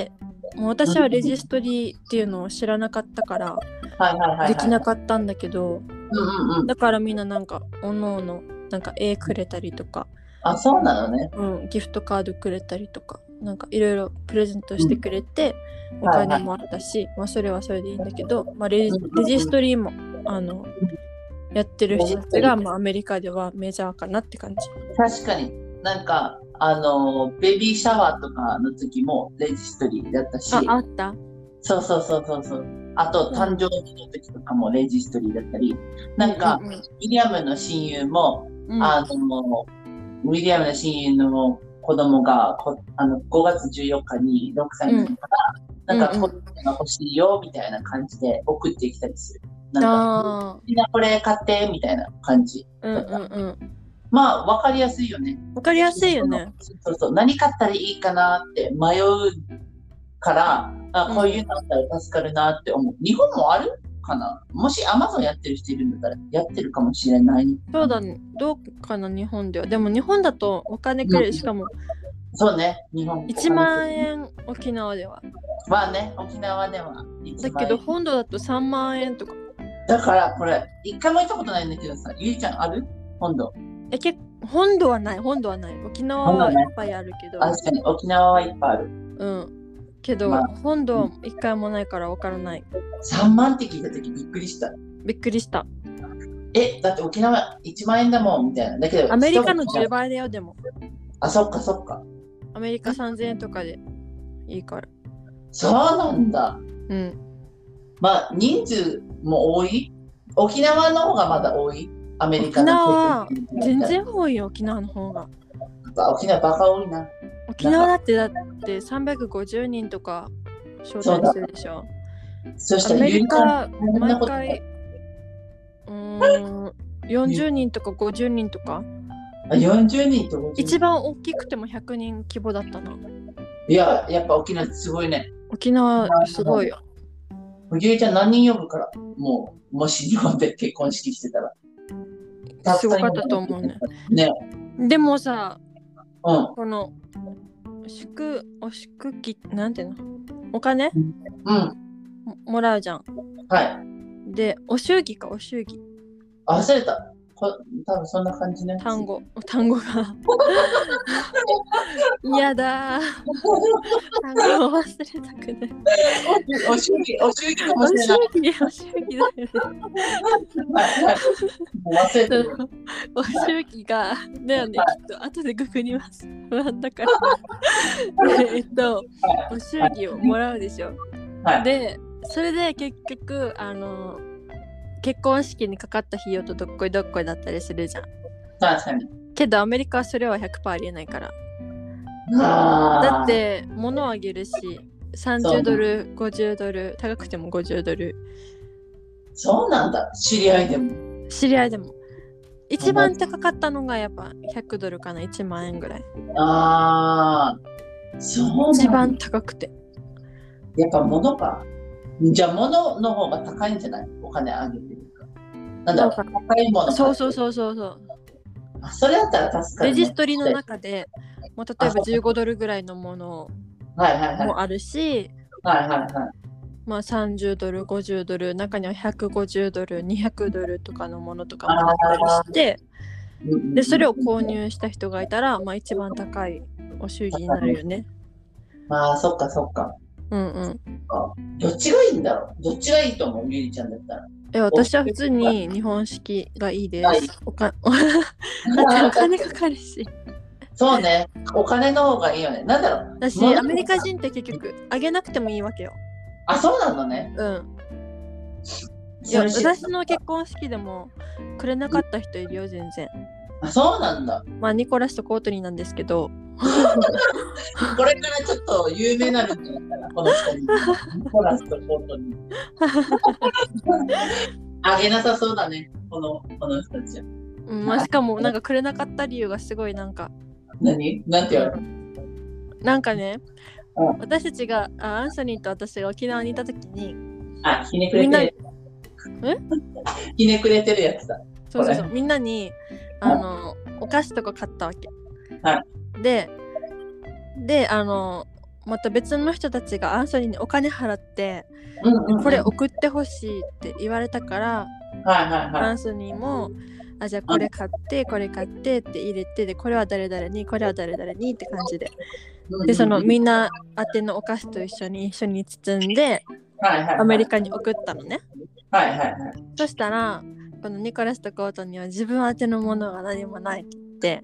もう私はレジストリーっていうのを知らなかったからできなかったんだけど、だからみんななんかおのおのなんか絵くれたりとか、 あ、そうなのね、 うん、ギフトカードくれたりとか、なんかいろいろプレゼントしてくれて、うん、お金もあったし、はいはい、まあそれはそれでいいんだけど、まあ、レ, レジストリーもあのやってる人たちが、まあ、アメリカではメジャーかなって感じ。 確かになんかあのベビーシャワーとかの時もレジストリーだったし、 あ、あった。 そうそうそうそうそう。あと誕生日の時とかもレジストリーだったり、うん、なんか、うんうん、ウィリアムの親友も、うん、あのウィリアムの親友の子供がこあのごがつじゅうよっかにろくさいになるから、うん、なんか子供が欲しいよみたいな感じで送ってきたりする。なんかみんなこれ買ってみたいな感じ。 うんうんうん。 まあ分かりやすいよね。 分かりやすいよね。 そうそう、何買ったらいいかなって迷うから、あこういうのあったら助かるなって思う。うん、日本もあるかな。もし Amazon やってる人いるんだったらやってるかもしれない。 そうだね。どうかな、日本では。でも日本だとお金くれる、うん、しかもそうね、日本いちまんえん、沖縄では。 まあね、沖縄では。 だけど本土だとさんまんえんとか。 だからこれ一回も行ったことないんだけどさ、ゆいちゃんある？本土。 えけ本土はない、本土はない。沖縄はいっぱいあるけど。 確かに沖縄はいっぱいある。 うん。けど、まあ、本土は一回もないからわからない。 さんまんって聞いたときびっくりした。 びっくりした。 え、だって沖縄いちまんえんだもんみたいな。だけどアメリカのじゅうばいだよ、でも。 あ、そっかそっか。 アメリカさんぜんえんとかでいいから。 そうなんだ。 うん。 まあ人数も多い。沖縄の方がまだ多い。アメリカの。 沖縄は全然多いよ、沖縄の方が。 沖縄バカ多いな。 沖縄だってだってさんびゃくごじゅうにんとか招待するでしょ。 そしたらアメリカ毎回うーんよんじゅうにんとかごじゅうにんとか。 あ、よんじゅうにんとごじゅうにん。 一番大きくてもひゃくにん規模だったな。 いや、やっぱ沖縄すごいね。 沖縄すごいよ。 ゆいちゃん何人呼ぶから、もう、もし日本で結婚式してたら。 すごかったと思うね。 ね。 でもさ、 うん、 この祝お祝儀なんていうのお金、 うん、も, もらうじゃん。 はい。 でお祝儀かお祝儀。 あ、忘れた。こ多分そんな感じね。 単語単語が嫌だ。単語を忘れたくない。 お祝儀お祝儀かもしれない。 お祝儀お祝儀だよね。 はいはい。忘れた。 お祝儀がだよね、はい、きっと後でググります。不安だからえっとお祝儀をもらうでしょ。はい、でそれで結局あの結婚式にかかった費用とどっこいどっこいだったりするじゃん。 確かに。 けどアメリカはそれは ひゃくパーセント ありえないから。だって物をあげるしさんじゅうドルごじゅうドル高くてもごじゅうドル。 そうなんだ。知り合いでも知り合いでも一番高かったのがやっぱひゃくドルかな、いちまんえんぐらい。 ああ、そうなんだ。 一番高くてやっぱ物か。じゃあ物の方が高いんじゃない？お金あげてるか。なんだろう、高いもの。 そうそうそうそうそう。 あ、それだったら助かる、ね。 レジストリの中でもう例えばじゅうごドルぐらいのものもあるし、 はいはいはい。 まあさんじゅうドル、ごじゅうドル、中にはひゃくごじゅうドル、にひゃくドルとかのものとかもあったりして、でそれを購入した人がいたら、まあ一番高いお祝儀になるよね。 まあそっかそっか。 うんうん。 どっちがいいんだろう。どっちがいいと思う、ゆりちゃんだったら。 え、私は普通に日本式がいいです。おかだってお金かかるし。 そうね。お金の方がいいよね。なんだろう。 私アメリカ人って結局あげなくてもいいわけよ。 あ、そうなのね。 うん。 いや私の結婚式でもくれなかった人いるよ全然。 あ、そうなんだ。 まあニコラスとコートニーなんですけどこれからちょっと有名になるんじゃないかなこの人に。ニコラスとコートニーあげなさそうだねこのこの人たちは。 うん、まあ、しかもなんかくれなかった理由がすごいなんか何なんて言われる、 なんかね、 うん、 私たちがあアンソニーと私が沖縄にいた時にあ、ひねくれてるえひねくれてるやつだ。 そうそうそうみんなにあのお菓子とか買ったわけ、 はい、 でであのまた別の人たちがアンソニーにお金払って、うんうんうん、これ送ってほしいって言われたから、 はいはいはい、 アンソニーもあじゃあこれ買ってこれ買ってって入れてでこれは誰々にこれは誰々にって感じででそのみんな宛てのお菓子と一緒に一緒に包んで、はいはいはい、アメリカに送ったのね、はいはいはい、そしたらこのニコラスとコートには自分宛てのものが何もないって言って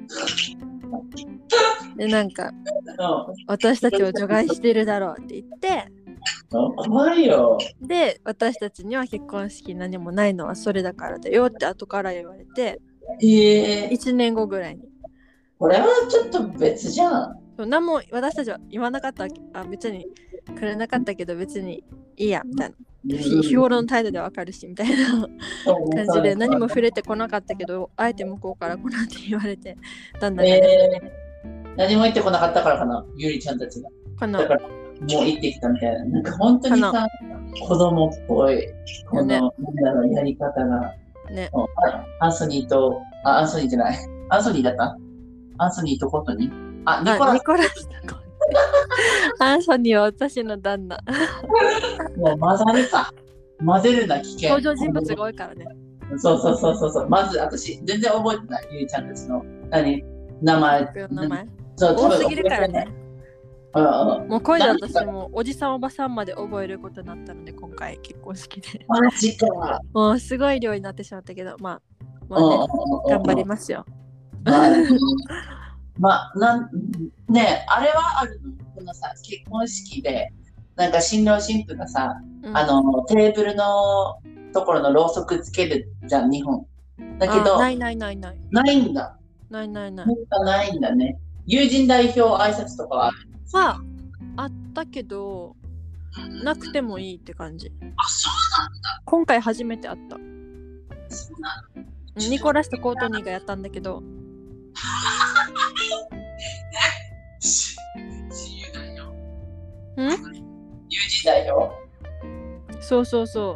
でなんか私たちを除外してるだろうって言って怖いよ。 で私たちには結婚式何もないのはそれだからだよって後から言われて、えー、いちねんごぐらいにこれはちょっと別じゃん。 そう何も私たちは言わなかったわけ。あ別にくれなかったけど別にいいやみたいな、うん、日頃の態度でわかるしみたいな感じで何も触れてこなかったけどあえて向こうから来なって言われてだんだん、ねえー、何も言ってこなかったからかなゆりちゃんたちがかなだからもう行ってきたみたいな。なんか本当にさ、子供っぽい、この、ね、なんやり方が。ね。アンソニーと、あ、アンソニーじゃない。アンソニーだったアンソニーとコートニーあ、ニコラス。ニコラスとコートニー。アンソニーは私の旦那。 もう混ざるか。混ぜるな、危険。 登場人物が多いからね。 そうそうそうそうそう。まず、私、全然覚えてない。ゆいちゃんたちの、何名前。 名前そう多すぎるからね。もうこれで私もおじさんおばさんまで覚えることになったので今回結婚式でマジかもうすごい量になってしまったけどまあ、まあね、頑張りますよまあ、まあ、なんねあれはあるのこのさ結婚式でなんか新郎新婦がさ、うん、あのテーブルのところのろうそくつけるじゃん日本だけどないないないないないんだないないないないんだね友人代表挨拶とかはあるはあったけどなくてもいいって感じ。 あ、そうなんだ。 今回初めてあった。 そうなの。 ニコラスとコートニーがやったんだけど。 自由代表。 ん？友人代表。 そうそうそう。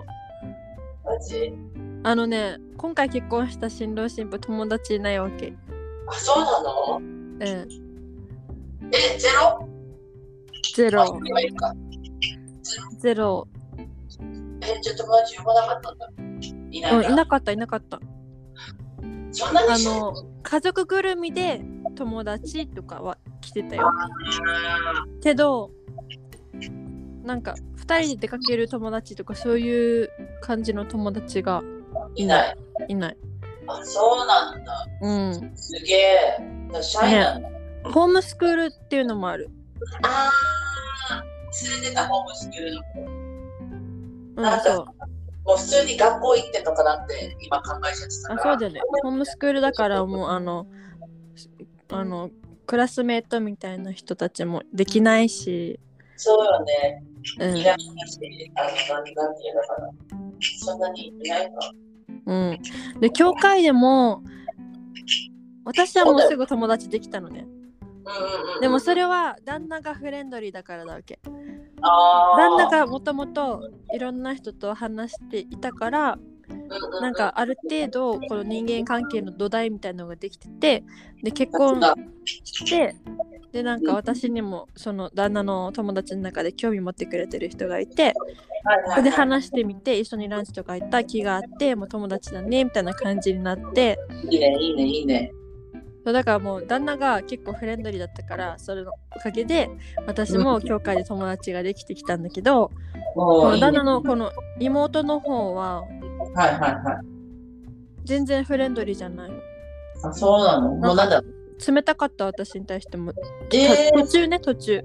マジ？ あのね、今回結婚した新郎新婦友達いないわけ。 あ、そうなの？ うん。 え、ゼロ？ ゼロ。ゼロ。 え、じゃあ友達呼ばなかったんだ。いない、 うん、いなかったいなかった。 そんなにあの家族ぐるみで友達とかは来てたよ。けどなんかふたりで出かける友達とかそういう感じの友達がいない。 いない。 あ、そうなんだ。 うん。 すげえ。シャイなんだ、ね。 ホームスクールっていうのもある。 ああ、連れてたホームスクールの子。 うん、なんかそうもう普通に学校行ってとかなんて今考えちゃってたから。 あ、そうだよね。ホームスクールだからもうあのあのクラスメートみたいな人たちもできないし。 そうよね。 うん。 いらっしゃしてあのなんていうのかな。そんなにいないか。 うん。で教会でも私はもうすぐ友達できたのね。でもそれは旦那がフレンドリーだからだわけ。旦那がもともといろんな人と話していたからなんかある程度この人間関係の土台みたいなのができててで結婚してでなんか私にもその旦那の友達の中で興味持ってくれてる人がいてそれで話してみて一緒にランチとか行った気があってもう友達だねみたいな感じになっていいねいいねいいねだからもう旦那が結構フレンドリーだったからそれのおかげで私も教会で友達ができてきたんだけど、この旦那のこの妹の方ははいはいはい全然フレンドリーじゃないの。 あ、そうなの。もうなんだ冷たかった私に対しても、 えー、 途中ね途中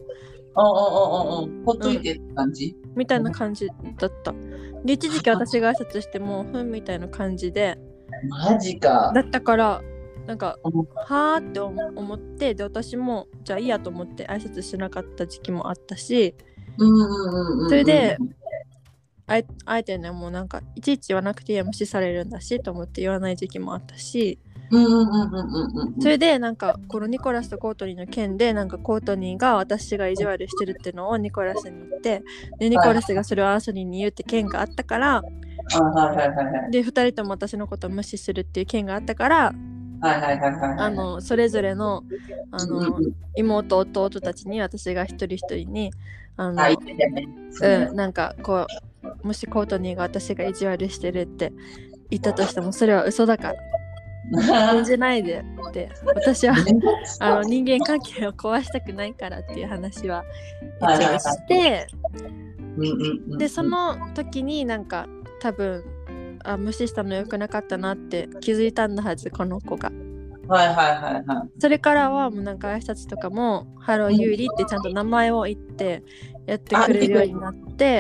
ああ、ああ、ほっといてって感じ、 うん、みたいな感じだった。で一時期私が挨拶してもふんみたいな感じでマジかだったからなんかはーって思って、で私もじゃあいいやと思って挨拶しなかった時期もあったし、それであえ、あえてねもうなんかいちいち言わなくていいや無視されるんだしと思って言わない時期もあったし、それでなんかこのニコラスとコートニーの件でなんかコートニーが私が意地悪してるってのをニコラスに言って、でニコラスがそれをアンソニーに言うって件があったから、はい、でふたりとも私のことを無視するっていう件があったから、あのそれぞれの、あの妹弟たちに私が一人一人にあの、うん、なんかこうもしコートニーが私が意地悪してるって言ったとしてもそれは嘘だから信じないでって私はあの人間関係を壊したくないからっていう話は一応して、でその時になんか多分あ無視したの良くなかったなって気づいたんだはずこの子が。 はいはいはいはい。 それからはもうなんか挨拶とかもハローユーリってちゃんと名前を言ってやってくれるようになって、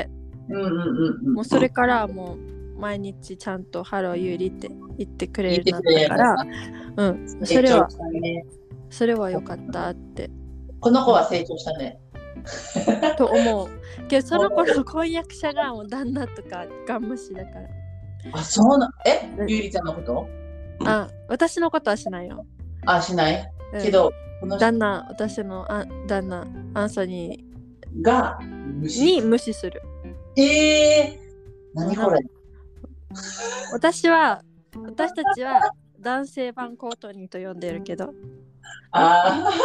もうそれからもう毎日ちゃんとハローユーリって言ってくれるようになったから、うん、それはそれは良かったって。 この子は成長したね。 と思う。けどその子の婚約者がもう旦那とかガン無視だから。 あ、そうな、え、ゆうりちゃんのこと？ あ、私のことはしないよ。 あ、しない、うん、けどこの旦那、私のあ旦那アンソニーが無視に無視する。 えー、何これ？ 私は私たちは男性版コートニーと呼んでるけど。 ああ。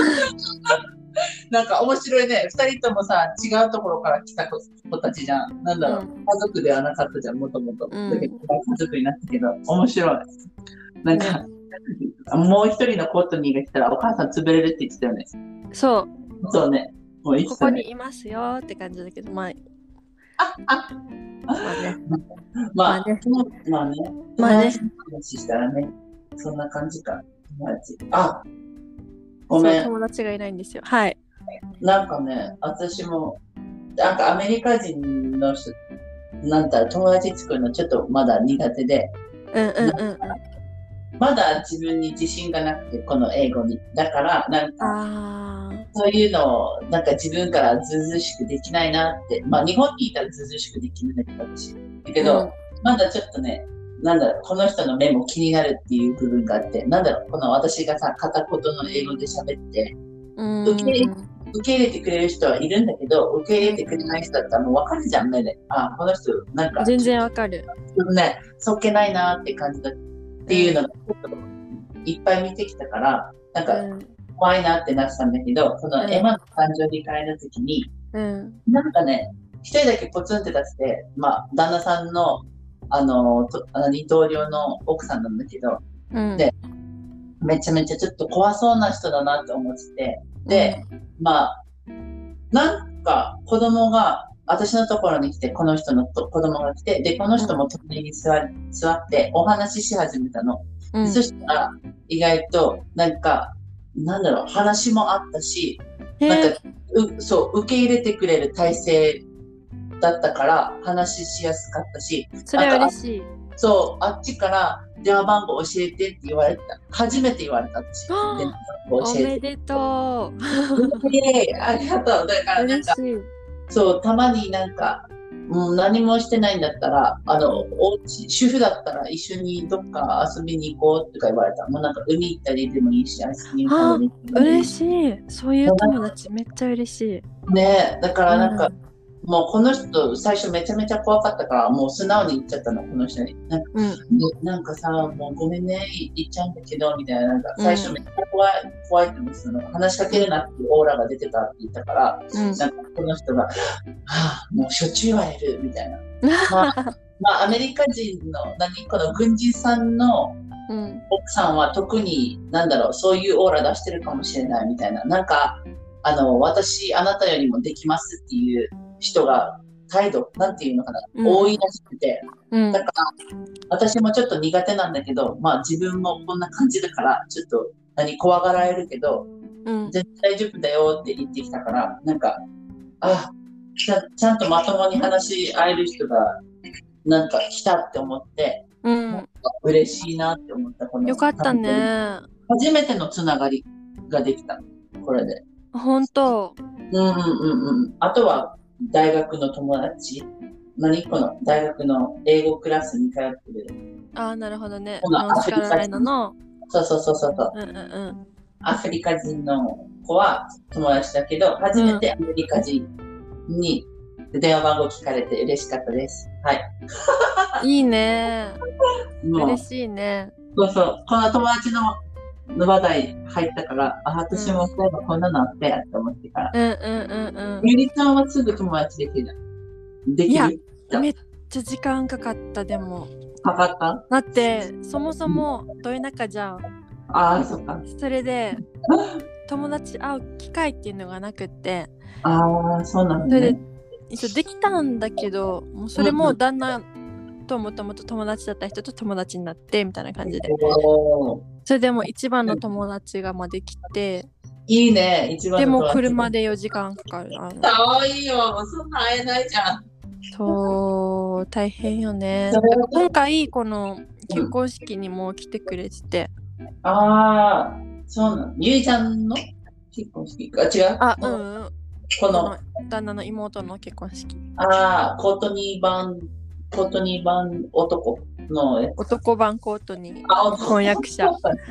なんか面白いね。二人ともさ、違うところから来た子たちじゃん。なんだろう、うん、家族ではなかったじゃん、もともと。だけど家族になったけど、面白い。なんか、うん、もう一人のコートニーが来たらお母さん潰れるって言ってたよね。 そう。 そうね。 もういつね、ここにいますよって感じだけど、まあ。 あ、あ、 まあね。 まあね。まあね。 まあね。 話したらね、そんな感じか。あ、ごめん。 友達がいないんですよ。はい。 なんかね、私も、なんかアメリカ人の人、なんだろう、友達作るのちょっとまだ苦手で、 うんうんうんうん、 まだ自分に自信がなくて、この英語に。だから、なんか、そういうのを、なんか自分からずうずうしくできないなって、まあ日本にいたらずうずうしくできるんだけど、私。だけど、うん、まだちょっとね、なんだろう、この人の目も気になるっていう部分があって、なんだろう、この私がさ、片言の英語で喋って、受け入れ、受け入れてくれる人はいるんだけど、受け入れてくれない人だったらもう分かるじゃん、目で。あ、この人、なんか。 全然分かる。 ね、そっけないなって感じだっていうのが、いっぱい見てきたから、なんか、怖いなってなってたんだけど、そのエマの誕生日会の時に、うん、なんかね、一人だけポツンって出して、まあ、旦那さんの、あの、とあの二刀流の奥さんなんだけど、うん、で、めちゃめちゃちょっと怖そうな人だなって思ってて、で、うん、まあ、なんか子供が私のところに来て、この人のと子供が来て、で、この人も隣に座り、座ってお話しし始めたの。うん、そしたら、意外と、なんか、なんだろう、話もあったし、なんか、う、そう、受け入れてくれる体制だったから、話しやすかったし、 それは嬉しい。 そう、あっちから電話番号教えてって言われた。初めて言われた私。 おめでとう。 ありがとう。だからなんか、そう、たまになんか、もう何もしてないんだったら、あの、お家主婦だったら一緒にどっか遊びに行こうとか言われた。もうなんか海行ったりでもいいし、アイスクリーム食べに行ってもいい。 嬉しい。そういう友達めっちゃ嬉しい。 ねえ、だからなんか、うん、もうこの人最初めちゃめちゃ怖かったからもう素直に言っちゃったの、この人に。なんか、うん、なんかさ、もうごめんね、言っちゃうんだけど、みたいな、なんか最初めっちゃ怖い、うん、怖いって思ってたの。話しかけるなっていうオーラが出てたって言ったから、うん、なんかこの人が、はあ、もうしょっちゅう言われる、みたいな。まあ、まあ、アメリカ人の、何、この軍人さんの奥さんは特に、なんだろう、そういうオーラ出してるかもしれないみたいな。なんか、あの、私、あなたよりもできますっていう人が態度なんていうのかな、うん、多いらしくて、うん、だから私もちょっと苦手なんだけど、まあ自分もこんな感じだからちょっと何怖がられるけど、 うん、 絶対大丈夫だよって言ってきたから、なんか、あ、ちゃ、ちゃんとまともに話し合える人が、なんか来たって思って、 うん、 嬉しいなって思った。このよかったね。 初めてのつながりができた。これで。 本当。 うんうんうんうん。あとは、大学の友達。何この大学の英語クラスに通ってる。 ああ、なるほどね。 このノースカロライナの。 そうそうそうそう。 うんうんうん。 アフリカ人の子は友達だけど、初めてアメリカ人に電話番号聞かれて嬉しかったです。はい。 いいね。 もう嬉しいね。 そうそう。この友達の話題入ったから、あ、私もそういえばこんなのあったやって思ってから。 うんうんうんうん。 ゆりちゃんはすぐ友達できる。できる。 いや、めっちゃ時間かかった、でも。 かかった？ だって、そもそもど田舎じゃん。 ああ、そっか。 それで、友達会う機会っていうのがなくって。 ああ、そうなんだ、ね。 それで、一応できたんだけど、もうそれも旦那ともともと友達だった人と友達になってみたいな感じで。それでも一番の友達がまあできて。 いいね、一番の友達。 でも車でよじかんかかる。 かわいいよ、そんな会えないじゃん。 そう、大変よね。今回、この結婚式にも来てくれてて。 うん、ああ、そうなの。ゆいちゃんの結婚式あ、違う。 あ、うん。 この旦那の妹の結婚式。 ああ、コートニー版、コートニー版男のやつ。 男版コートニー。婚約者。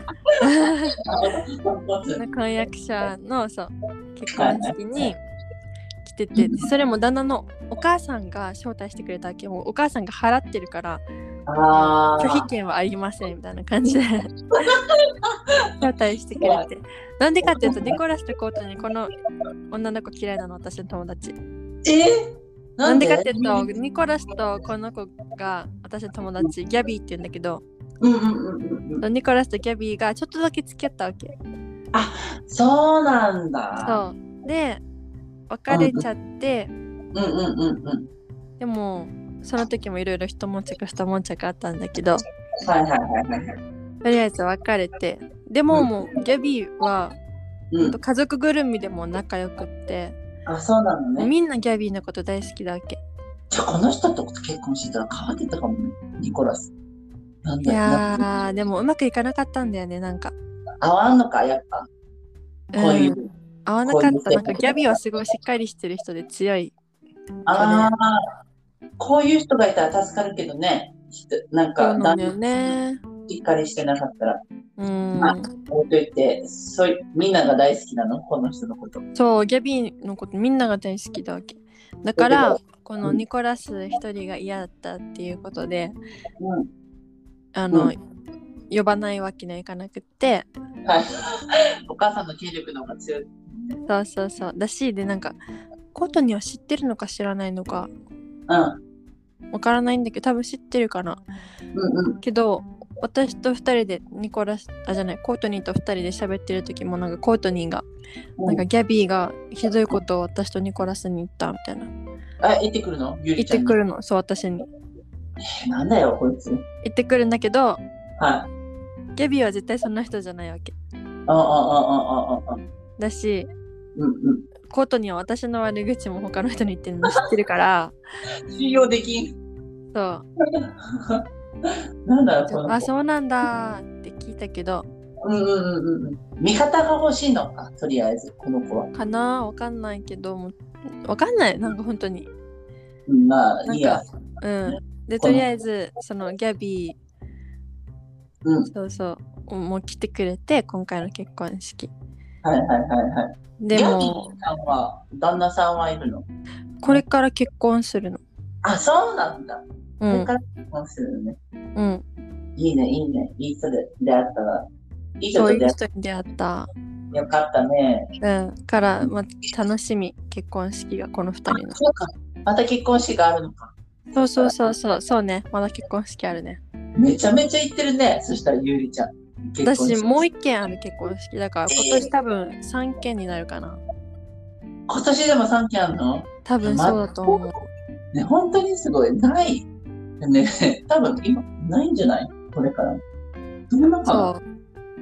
婚約者のそう結婚式に来てて、それも旦那のお母さんが招待してくれたわけ。もうお母さんが払ってるからあ拒否権はありませんみたいな感じで招待してくれて、なんでかっていうとニコラスとコートニーこの女の子嫌いなの、私の友達。 えなんでかっていうとニコラスとこの子が私の友達ギャビーって言うんだけど、 うんうんうんうん、 ニコラスとギャビーがちょっとだけ付き合ったわけ。 あ、そうなんだ。 そうで別れちゃって、 うんうんうんうん、 でもその時もいろいろ一悶着二悶着あったんだけど、 はいはいはいはい、 とりあえず別れて、でももうギャビーは、うん、家族ぐるみでも仲良くって、 あ、そうなのね。 みんなギャビーのこと大好きだわけ。 じゃあこの人と結婚してたら変わってたかもね、ニコラス。 なんだいやーでもうまくいかなかったんだよね、なんか。 合わんのかやっぱ。こういう。うん、 合わなかった。なんかギャビーはすごいしっかりしてる人で強い。 ああ、こういう人がいたら助かるけどね。なんか、 そうなんだよね。 しっかりしてなかったら。 うん。 まあ、置いといて、そういう、みんなが大好きなのこの人のこと。 そう、ギャビーのことみんなが大好きだわけ。だから、このニコラス一人が嫌だったっていうことで、うん、あの、うん、呼ばないわけにはいかなくって、 はい、お母さんの権力の方が強い。 そうそうそう。だし、で、なんか、コートには知ってるのか知らないのか、 うん。 わからないんだけど、多分知ってるかな。 うんうん。 けど、私と二人でニコラス、あ、じゃない、コートニーと二人で喋ってる時も、なんかコートニーが、うん、なんかギャビーがひどいことを私とニコラスに言ったみたいな。 あ、言ってくるの？ 言ってくるの、そう、私に。 えー、なんだよ、こいつ。 言ってくるんだけど、 はい。 ギャビーは絶対そんな人じゃないわけ。 あああああああ。 だし、 うんうん。 コートには私の悪口も他の人に言ってるの知ってるから信用できん。 そうなんだろうこの子。 あ、そうなんだって聞いたけど、 うんうんうんうん。味方が欲しいのか、とりあえずこの子は。 かな、わかんないけども、わかんない、なんか本当に。 まあいいや。 うん。でとりあえずそのギャビー、 うん、 そうそうもう来てくれて、今回の結婚式。 はいはいはいはい。 でもギャビーさんは旦那さんはいるの？ これから結婚するの。 あ、そうなんだ。 うん、 これから結婚するのね。 うん。 いいねいいね。いい人で出会ったら。 いい人と出会った。そういう人に出会った。 よかったね。 うん。から、まあ、楽しみ、結婚式がこのふたりの。 そうか。また結婚式があるのか。 そうそうそうそうそうね。まだ結婚式あるね。 めちゃめちゃ行ってるね。そしたらゆうりちゃん。 私もう一件ある結婚式だから今年多分さんけんになるかな。 今年でもさんけんあるの？ 多分そうだと思う。 ね、本当にすごい。ない。ね、多分今ないんじゃない？これから。どんなかな？ そう。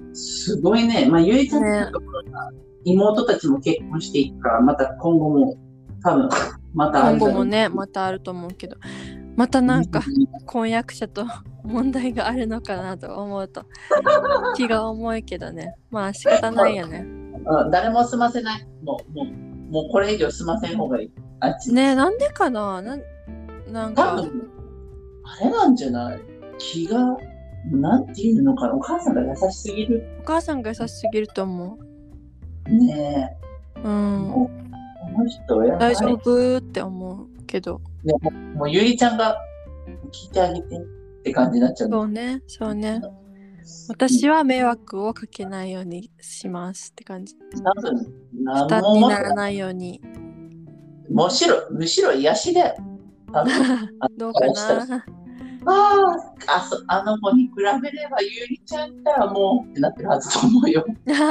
すごいね。まあ、ゆいちゃんねのところが、妹たちも結婚していくから、また今後も、多分、またあるだろう。 今後もね、またあると思うけど、またなんか婚約者と問題があるのかなと思うと気が重いけどね。まあ仕方ないよね。 うん、誰も済ませない。もう、もう、もうこれ以上済ません方がいい。あっち。 ねえ、なんでかなななんか。 多分、あれなんじゃない？気が、なんていうのかな。お母さんが優しすぎる。 お母さんが優しすぎると思う。ねえ。うん。 もうこの人やばい。 大丈夫って思うけど。 ね、もう、もうゆいちゃんが聞いてあげてって感じになっちゃう。 そうね、そうね。私は迷惑をかけないようにしますって感じ。 多分、 負何担も思ってない。 にならないように。 むしろ、むしろ癒しだよ。多分どうかな。 ああ、そあの子に比べればゆりちゃんったらもうってなってるはずと思うよ。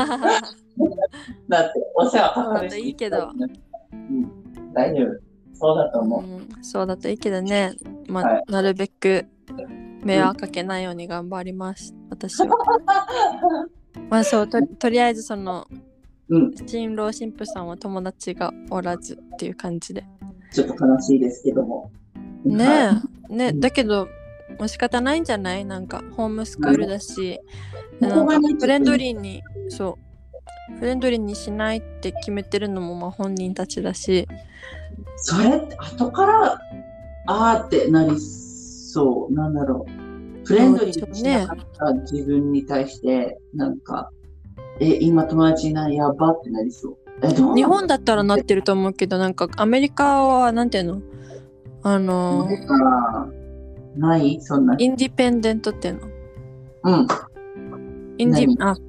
だってお世話かかるし。 いいけど、 うん、大丈夫。そうだと思う。 うん、そうだといいけどね。まあ、 はい、 なるべく迷惑かけないように頑張ります。私は。まあそうと、とりあえずその、うん、新郎新婦さんは友達がおらずっていう感じで。 ちょっと悲しいですけども。 ねえ、はい、ね、だけど、もう仕方ないんじゃない？なんかホームスクールだし、なんかフレンドリーに、そう、フレンドリーにしないって決めてるのもまあ本人たちだし。 それって後からあーってなりそう、なんだろう。フレンドリーにしなかった自分に対して、なんか、え、今友達いない、やばってなりそう。え、どう？ 日本だったらなってると思うけど、なんかアメリカはなんていうの？あのー、ないそんな。 インディペンデントっていうの？ うん。 インディ、あ、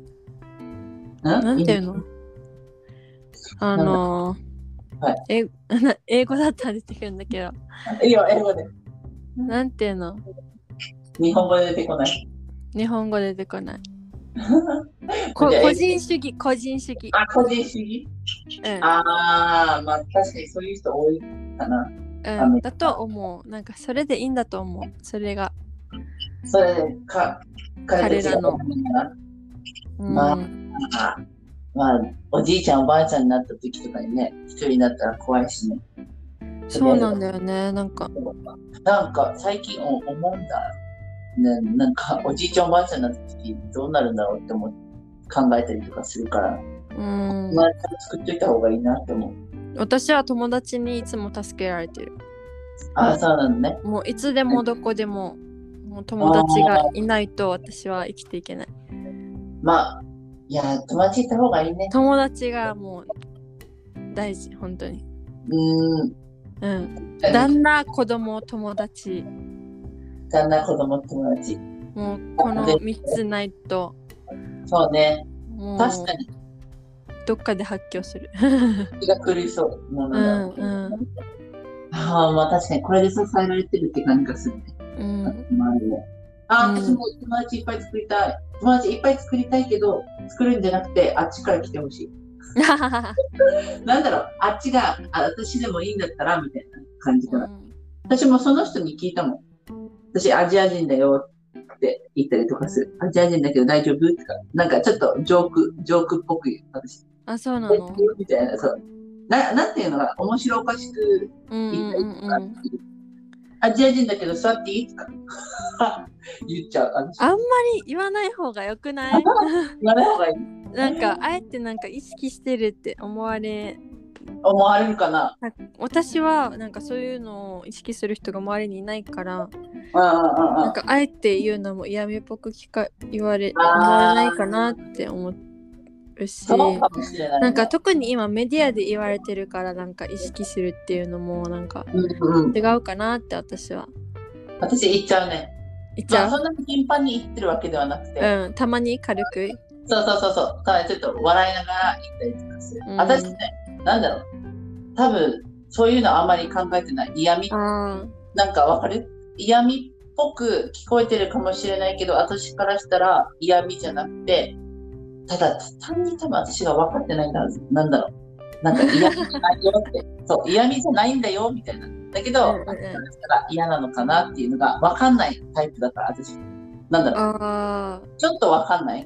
なんていうの？あのー、はい、英, 英語だったら出てくるんだけど。 いいよ、英語で。 なんていうの？ 日本語で出てこない。 日本語で出てこない。個人主義、個人主義。 あ、個人主義、うん、ああ、まあ確かにそういう人多いかな。 うん、だと思う。なんかそれでいいんだと思う。それが。 それでか彼らの。 まあ、まあ、おじいちゃんおばあちゃんになった時とかにね、一人になったら怖いしね。 そうなんだよね、なんか。 なんか最近思うんだ。ね、なんかおじいちゃんおばあちゃんになった時どうなるんだろうって思う考えたりとかするから、うん、まあ、作っといた方がいいなって思う。 私は友達にいつも助けられてる。 ああ、そうなのね。 もういつでもどこでも、もう友達がいないと私は生きていけない。 まあ、いや、友達いた方がいいね。 友達がもう大事、本当に。 うん。 うん。旦那、子供、友達。 旦那、子供、友達。 もうこのみっつないと。 そうね。確かに。 どっかで発狂する。 気が狂いそうものだ。 うんうん。 ああ、まあ確かにこれで支えられてるって感じがするね。 うん。 ああ、私も友達いっぱい作りたい。友達いっぱい作りたいけど、作るんじゃなくて、あっちから来てほしい。なんだろう、あっちがあ私でもいいんだったらみたいな感じかな。うん、私もその人に聞いたもん。私アジア人だよって言ったりとかする。アジア人だけど大丈夫とか、なんかちょっとジョーク、ジョークっぽく言う。私。 あ、そうなの？ みたいな、そう。な, なんていうのかな、面白おかしく言ったりとか、うんうんうん、アジア人だけど座っていいとか言っちゃう。 あんまり言わない方がよくない？ 言わない方がいい。 なんかあえてなんか意識してるって思われ思われるかな。 私はなんかそういうのを意識する人が周りにいないから、 なんかあえて言うのも嫌味っぽく聞か言われ思われないかなって思うし、 そうかもしれないね、 なんか特に今メディアで言われてるからなんか意識するっていうのもなんか違うかなって私は。 私言っちゃうね。 言っちゃう。 まあ、そんなに頻繁に言ってるわけではなくて、 うん、たまに軽く。 そうそうそうそう、ただちょっと笑いながら言ったりとかする。うん、私ね、なんだろう、多分そういうのあんまり考えてない。嫌味、なんかわかる？嫌味っぽく聞こえてるかもしれないけど、私からしたら嫌味じゃなくて、ただ単に多分私が分かってないんだ。なんだろう、なんか嫌味じゃないよって、そう嫌味じゃないんだよみたいな。だけど、私からしたら嫌なのかなっていうのが分かんないタイプだから、私。なんだろう。ちょっと分かんない。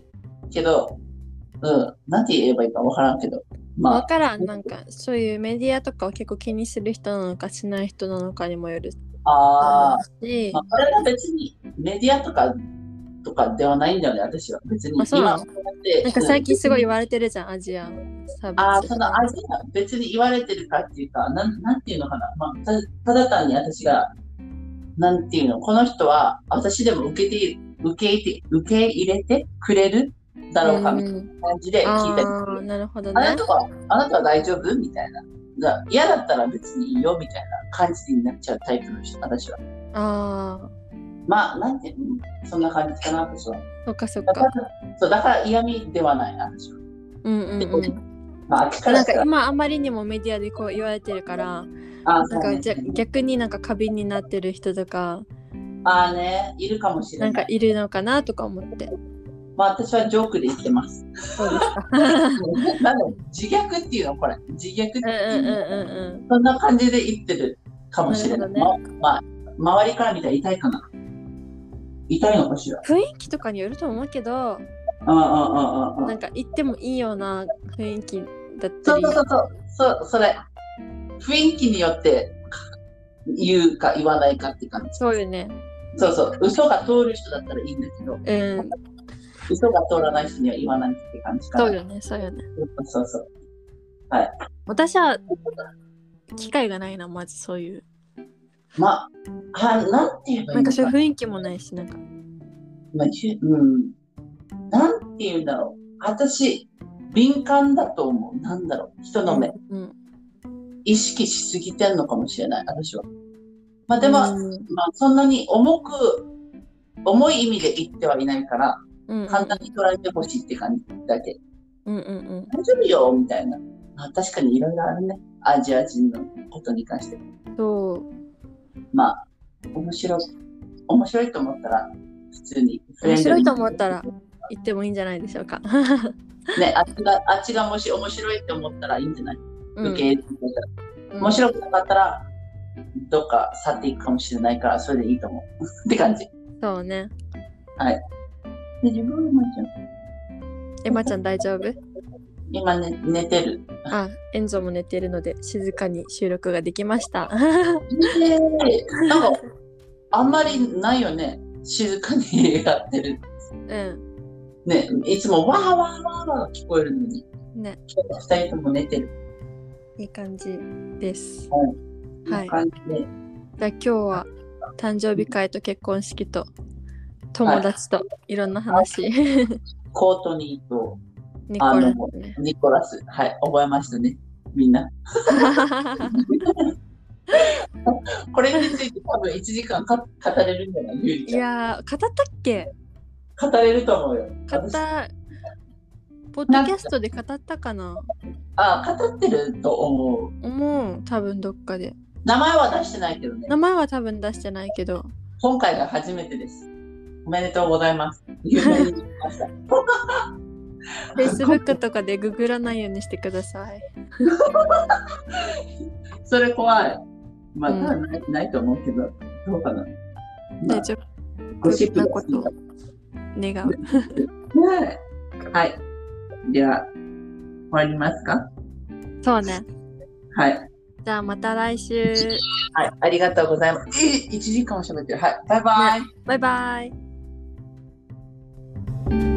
けど、うん、なんて言えばいいかわからんけど。まあ、 わからん、なんかそういうメディアとかを結構気にする人なのかしない人なのかにもよるああ、 し、 まあ、これは別にメディアとかとかではないんだよね、私は。別にあ、そうなの？ 今こうやってなんか最近すごい言われてるじゃん、アジア差別。 ああ、そのアジア、別に言われてるかっていうか、なん、なんていうのかな。まあ、た、ただ単に私が、なんていうの、この人は私でも受けて、受け入れて、受け入れてくれるだろうかみたいな感じで聞いたりすああ、 る。 なるほどね。 あなたは、あなたは大丈夫みたいな。が嫌だったら別にいいよみたいな感じになっちゃうタイプの人、私は。 ああ、 まあ、なんていうの、そんな感じかな、私は。 そっかそっか。 だから、そう、だから嫌味ではない、私は。 うんうんうん。 まあ、あっちからなんかしたら、 今あんまりにもメディアでこう言われてるから、 ああ、 なんかそうね。 じゃ逆になんか過敏になってる人とか、 ああね、いるかもしれなない。 んかいるのかなとか思って。 まあ、私はジョークで言ってます。 そうですか。 なんだろう、自虐っていうの、これ。自虐ってうんうんいうの。 うんうん。 そんな感じで言ってるかもしれない。 なるほどね。 ま、まあ、周りから見たら痛いかな。痛いのかしら。 雰囲気とかによると思うけど、 うんうんうんうん。 なんか言ってもいいような雰囲気だったり。 そうそうそうそう。そう、それ。雰囲気によって言うか言わないかって感じ。 そうよね。 そうそう。嘘が通る人だったらいいんだけど、 うん。 嘘が通らない人には言わないって感じかな。 そうよね、そうよね。 そうそう。はい。 私は機会がないな、まずそういう。 まあ、はなんて言えばいないんかのかそういう雰囲気もないし、なんか。 まあ、じゅうん。なんて言うんだろう。私、敏感だと思う。なんだろう。人の目。 うん。 意識しすぎてんのかもしれない。私は。まあでも、 うんまあ、そんなに重く、重い意味で言ってはいないから、 うんうん、 簡単に捉えてほしいって感じだけ。 うんうんうん。 大丈夫よ、みたいな。まあ、確かにいろいろあるね。アジア人のことに関して。 そう。 まあ、面白い。面白いと思ったら、普通にフレ面ンドリー。 白いと思ったら言ってもいいんじゃないでしょうか。 ね、あっちが、あっちがもし面白いって思ったらいいんじゃない、 うん、 受け入れてくれたら。面白くなかったら、どっか去っていくかもしれないから、それでいいと思う。って感じ。 そうね。 はい。で、自分もちゃん。 エマちゃん大丈夫？ 今ね、寝てる。 あ、エンゾも寝てるので静かに収録ができました。 えー、なんか、あんまりないよね。静かにやってる。 うん。 ね、いつもわーわーわーわー聞こえるのに。 ね。 二人とも寝てる。 いい感じです。 はい。 はい。 いい感じで。 じゃあ今日は誕生日会と結婚式と友達といろんな話。はい、 コートニーとニコラス、ね、 ニコラス。はい、覚えましたね。みんな。これについて多分いちじかんか語れるんじゃない？ゆりちゃん。 いやー、語ったっけ？ 語れると思うよ。 語った、ポッドキャストで語ったかな？ ああ、語ってると思う。 思う、多分どっかで。 名前は出してないけどね。 名前は多分出してないけど。 今回が初めてです。おめでとうございます。有名になりました。 Facebook とかでググらないようにしてください。 それ怖い。まあ、 うん、 多分ない、ないと思うけど、どうかな。 大丈夫。 ゴシップなこと願う。 はい。では、終わりますか？ そうね。 はい。 じゃあまた来週。 はい。ありがとうございます。え、いちじかんも喋ってる。はい。バイバイ。 ね、バイバイ。